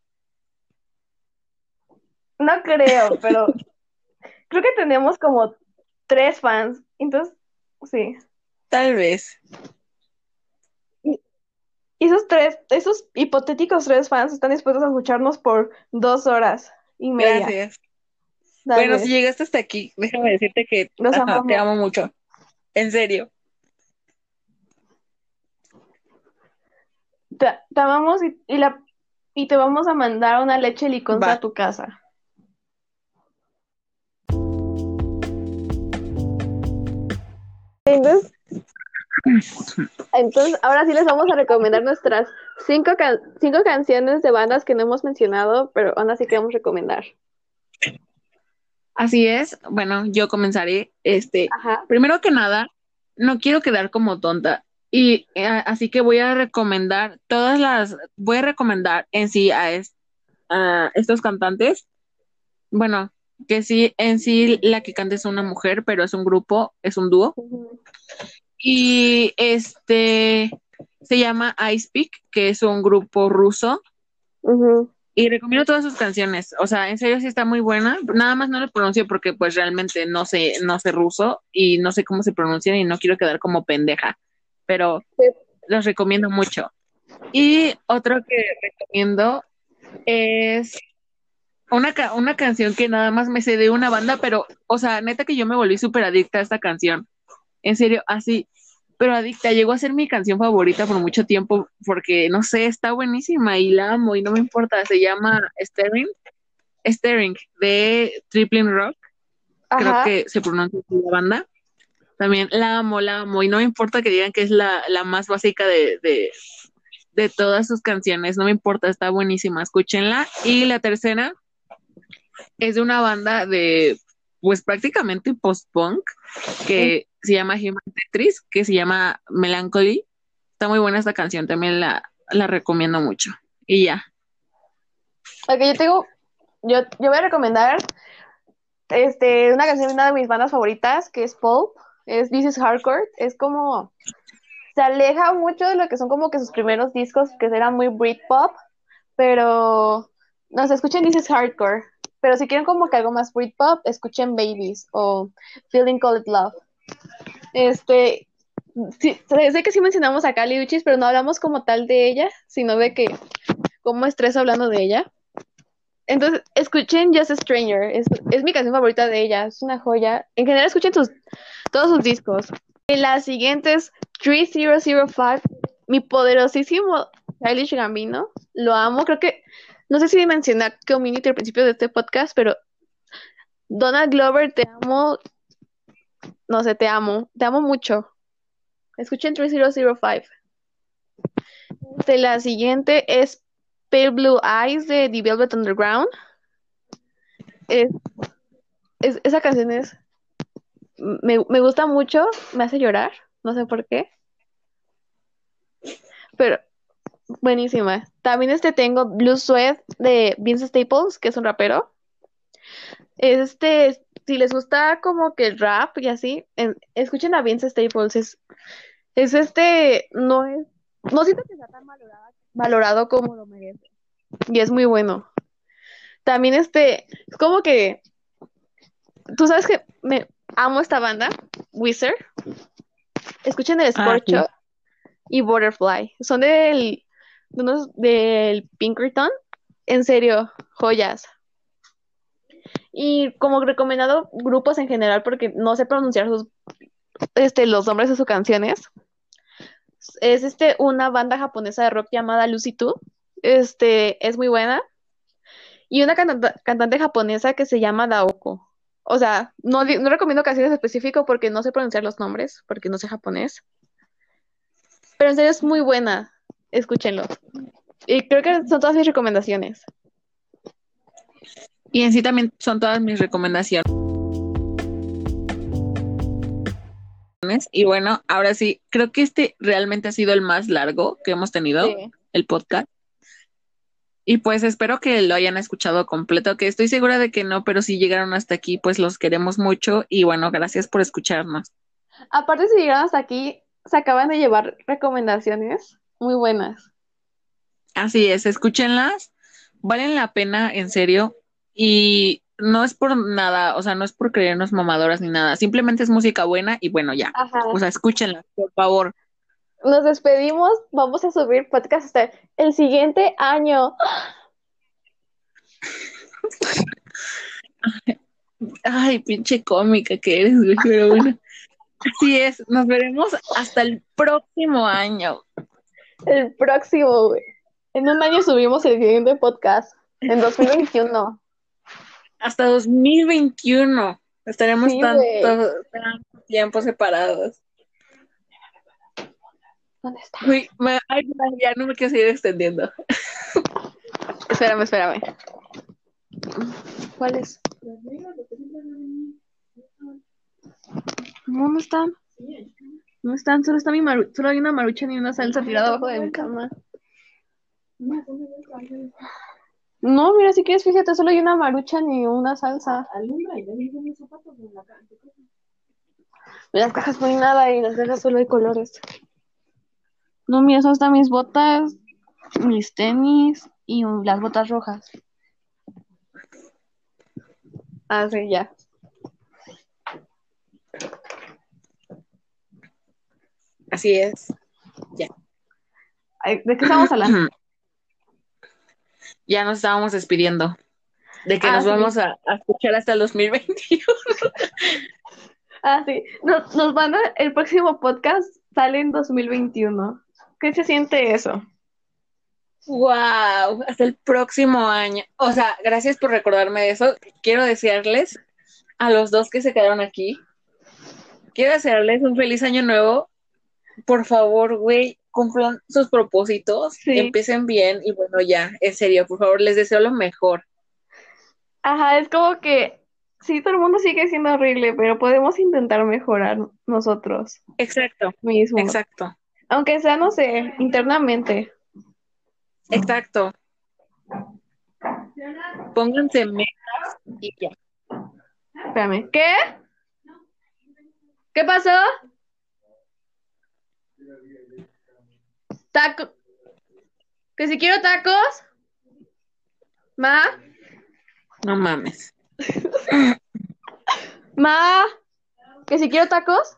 No creo, pero creo que tenemos como 3 fans. Entonces, sí. Tal vez. Y esos hipotéticos 3 fans están dispuestos a escucharnos por 2 horas y media, Gracias. tal Bueno, si vez. llegaste hasta aquí, déjame decirte que, Los ajá, te amamos. amo mucho. En serio. Te amamos y te vamos a mandar una leche liconza Va. a tu casa. Entonces, ahora sí les vamos a recomendar nuestras 5 canciones de bandas que no hemos mencionado, pero aún así queremos recomendar. Así es. Bueno, yo comenzaré. Ajá. Primero que nada, no quiero quedar como tonta. Y así que voy a recomendar en sí a estos cantantes. Bueno, que sí, en sí la que canta es una mujer, pero es un grupo, es un dúo. Ujú. Y se llama Ice Peak, que es un grupo ruso. Ujú. Y recomiendo todas sus canciones. O sea, en serio sí está muy buena. Nada más no lo pronuncio porque pues realmente no sé ruso y no sé cómo se pronuncian y no quiero quedar como pendeja. Pero Sí. los recomiendo mucho. Y otro que recomiendo es una canción que nada más me sé de una banda, pero, o sea, neta que yo me volví súper adicta a esta canción. En serio, así, pero adicta. Llegó a ser mi canción favorita por mucho tiempo porque, no sé, está buenísima y la amo y no me importa. Se llama Staring de Tripling Rock. Creo Ajá. que se pronuncia así la banda. También la amo y no me importa que digan que es la más básica de todas sus canciones. No me importa, está buenísima. Escúchenla. Y la tercera es de una banda pues prácticamente post-punk que se llama Human Tetris, que se llama Melancholy. Está muy buena esta canción, también la recomiendo mucho. Y ya. Ok, yo tengo yo voy a recomendar una canción de una de mis bandas favoritas, que es Pulp, es This is Hardcore, es como, se aleja mucho de lo que son como que sus primeros discos, que eran muy Britpop, pero, no sé, escuchen This is Hardcore, pero si quieren como que algo más Britpop, escuchen Babies o Feeling Call It Love. Sí, sé que sí mencionamos a Kali Uchis, pero no hablamos como tal de ella, sino de que cómo estrés hablando de ella. Entonces, escuchen Just a Stranger, es mi canción favorita de ella, es una joya. En general, escuchen todos sus discos. Y la siguiente es 3005, mi poderosísimo Childish Gambino, lo amo, creo que, no sé si mencioné a Community al principio de este podcast, pero Donald Glover, te amo, no sé, te amo mucho. Escuchen 3005. La siguiente es Pale Blue Eyes de The Velvet Underground. Es, esa canción me gusta mucho, me hace llorar, no sé por qué, pero buenísima. También tengo Blue Sweat de Vince Staples, que es un rapero. Si les gusta como que el rap y así, escuchen a Vince Staples, no siento que sea tan valorado como lo merece, y es muy bueno. También es como que, tú sabes que me amo esta banda, Wizard, escuchen el Sí. Scorcho y Butterfly. Son del Pinkerton. En serio, joyas. Y como recomendado grupos en general, porque no sé pronunciar los nombres de sus canciones. Es una banda japonesa de rock llamada Lucy Two. Es muy buena. Y una cantante japonesa que se llama Daoko. O sea, no recomiendo canciones específicas porque no sé pronunciar los nombres, porque no sé japonés. Pero en serio es muy buena. Escúchenlo. Y creo que son todas mis recomendaciones. Y en sí también son todas mis recomendaciones. Y bueno, ahora sí, creo que este realmente ha sido el más largo que hemos tenido, Sí. el podcast. Y pues espero que lo hayan escuchado completo, que estoy segura de que no, pero si llegaron hasta aquí, pues los queremos mucho. Y bueno, gracias por escucharnos. Aparte, si llegaron hasta aquí, se acaban de llevar recomendaciones muy buenas. Así es, escúchenlas, valen la pena, en serio. Y no es por nada, o sea, no es por creernos mamadoras ni nada, simplemente es música buena y bueno, ya. O Ajá. sea, escúchenlas, por favor. Nos despedimos. Vamos a subir podcast hasta el siguiente año. Ay, pinche cómica que eres, güey, pero bueno. Así es, nos veremos hasta el próximo año. El próximo, güey. En un año subimos el siguiente podcast. En 2021. Hasta 2021 estaremos Sí, güey. tanto tiempo separados. ¿Dónde está? Uy, ay, ya no me quiero seguir extendiendo. Espérame. ¿Cuál es? ¿Dónde están? No están, solo está solo hay una maruchan y una salsa tirada abajo de mi cama. No, mira, si quieres, fíjate, solo hay una maruchan y una salsa. En las cajas no hay nada y en las cajas solo hay colores. No, mira, solo están mis botas, mis tenis y las botas rojas. Ah, sí, ya. Así es. Ya. Ay, ¿de qué estamos hablando? Ya nos estábamos despidiendo de que Ah, nos sí. vamos a escuchar hasta el 2021. Ah, sí. Nos van el próximo podcast sale en 2021. ¿Qué se siente eso? Wow, hasta el próximo año. O sea, gracias por recordarme de eso. Quiero desearles a los dos que se quedaron aquí, quiero desearles un feliz año nuevo. Por favor, güey, cumplan sus propósitos, Sí. empiecen bien y bueno, ya, en serio, por favor, les deseo lo mejor. Ajá, es como que sí, todo el mundo sigue siendo horrible, pero podemos intentar mejorar nosotros Exacto, mismos. exacto, Aunque sea, no sé, internamente. exacto. Pónganse metas y ya. Espérame. ¿Qué? ¿Qué pasó? Taco. ¿Que si quiero tacos? Ma, No mames. ma, ¿que si quiero tacos?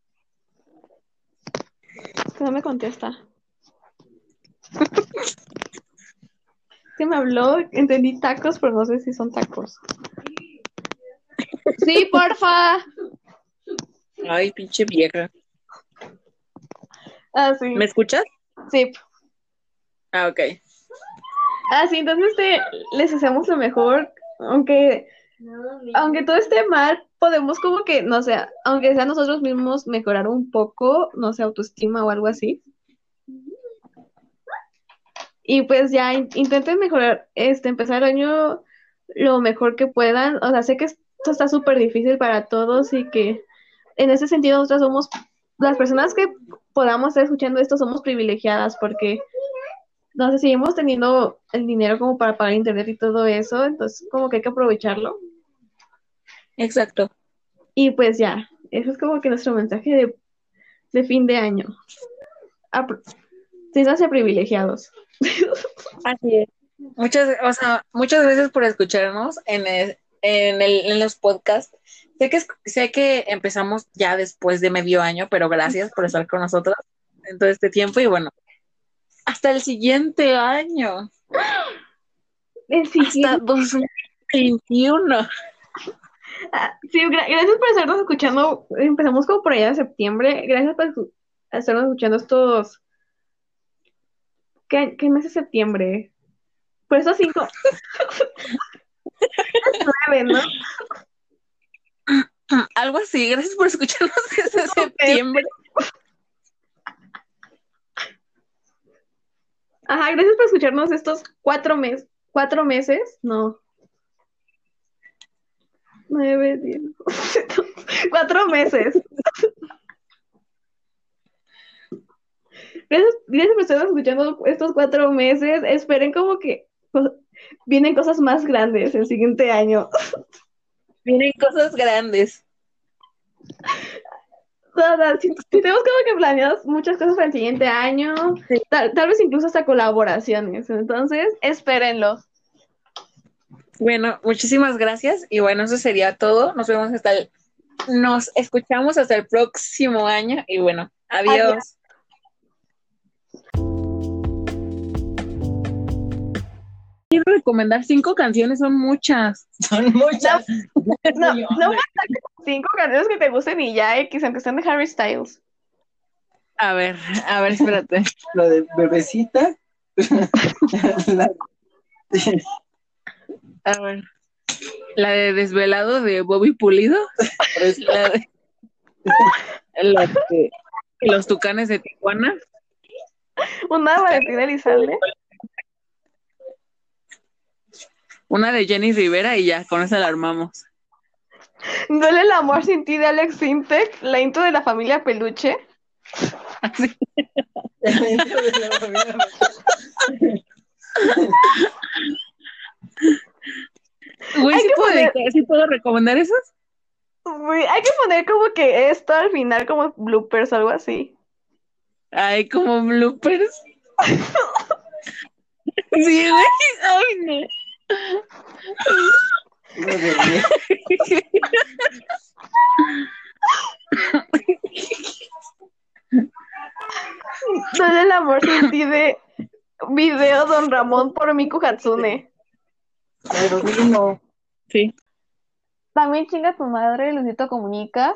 Que no me contesta. Que me habló, entendí tacos, pero no sé si son tacos. Sí, porfa. Ay, pinche vieja. Ah, sí. ¿Me escuchas? Sí. Ah, ok. Ah, sí, entonces les hacemos lo mejor, aunque todo esté mal, podemos como que, no sé, aunque sea nosotros mismos mejorar un poco, no sé, autoestima o algo así. Y pues ya intenten mejorar, empezar el año lo mejor que puedan. O sea, sé que esto está súper difícil para todos y que en ese sentido nosotras somos, las personas que podamos estar escuchando esto somos privilegiadas porque, no sé, seguimos teniendo el dinero como para pagar internet y todo eso, entonces como que hay que aprovecharlo. Exacto. Y pues ya, eso es como que nuestro mensaje de fin de año. Siéntanse privilegiados. Así es. Muchas gracias por escucharnos en los podcasts. Sé que empezamos ya después de medio año, pero gracias por estar con nosotros en todo este tiempo y bueno, hasta el siguiente año, El siguiente. hasta 2021. Sí, gracias por estarnos escuchando. Empezamos como por allá de septiembre. Gracias por estarnos escuchando estos. ¿Qué mes de septiembre? Por estos 5. 9, ¿no? Algo así, gracias por escucharnos desde septiembre. Ajá, gracias por escucharnos estos 4 meses. 4 meses, no. 9, 10. 4 meses. Gracias por estarnos escuchando estos 4 meses. Esperen como que vienen cosas más grandes el siguiente año. Vienen cosas grandes. Si tenemos como que planeados muchas cosas para el siguiente año, Sí. tal vez incluso hasta colaboraciones. Entonces, espérenlo. Bueno, muchísimas gracias y bueno, eso sería todo. Nos escuchamos hasta el próximo año y bueno, adiós. Quiero recomendar 5 canciones, son muchas. Son muchas. No me 5 canciones que te gusten y ya X, aunque sean de Harry Styles. A ver, espérate. Lo de bebecita. La- A ver. La de Desvelado de Bobby Pulido. La de Los Tucanes de Tijuana. Una de Valentina Elizalde. Una de Jenny Rivera y ya, con esa la armamos. Duele el amor sin ti de Alex Sintek. La intro de la familia Peluche. Así. Dentro de la familia. Güey, ¿sí puedo recomendar esas? Hay que poner como que esto al final como bloopers o algo así. Ay, como bloopers. Sí, güey. Ay, no. Una de- Duele el amor sin ti de video Don Ramón por Miku Hatsune. Pero dilo. Sí. También chinga tu madre, Luisito Comunica.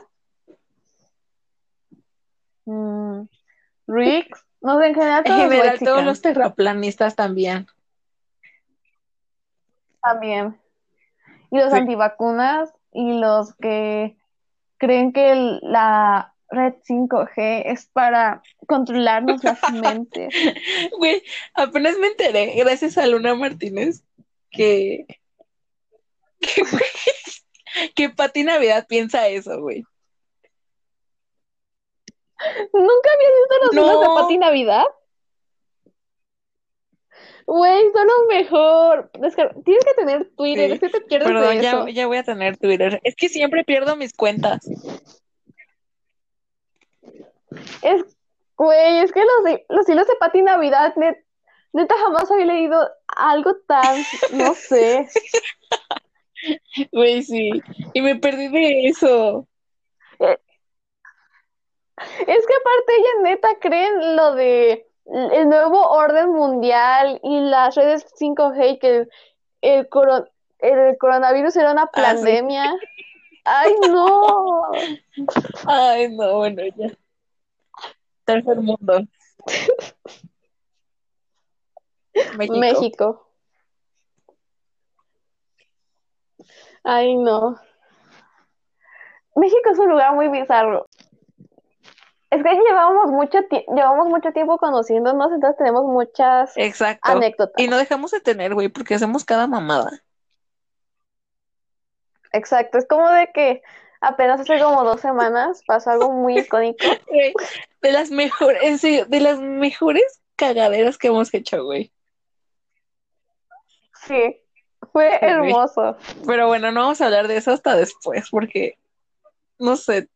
Rick. No sé, en general En todos los general, white todos chican los terraplanistas también. también. Y los Sí. antivacunas y los que creen que la red 5G es para controlarnos las mentes. Güey, apenas me enteré, gracias a Luna Martínez, que que Pati Navidad piensa eso, güey. ¿Nunca habías visto los No. hilos de Pati Navidad? Güey, son lo mejor. Tienes que tener Twitter, es Sí, que te pierdes perdón, de eso. ya voy a tener Twitter. Es que siempre pierdo mis cuentas. Es, güey, es que los hilos de Pati Navidad, neta, jamás había leído algo tan, no sé. Güey, sí. Y me perdí de eso. Eh, Es que aparte ella neta cree en lo de el nuevo orden mundial y las redes 5G y que el, coro- el coronavirus era una Ah, sí. pandemia. Ay, no. Ay, no, bueno, ya. Tercer mundo, México. México. Ay, no. México es un lugar muy bizarro. Es que llevamos mucho tiempo conociéndonos, entonces tenemos muchas Exacto. Y no anécdotas. dejamos de tener, güey, porque hacemos cada mamada. Exacto, es como de que apenas hace como 2 semanas pasó algo muy icónico. Güey, de las mejores, en serio, de las mejores cagaderas que hemos hecho, güey. Sí, fue Sí, güey. hermoso. Pero bueno, no vamos a hablar de eso hasta después, porque, no sé,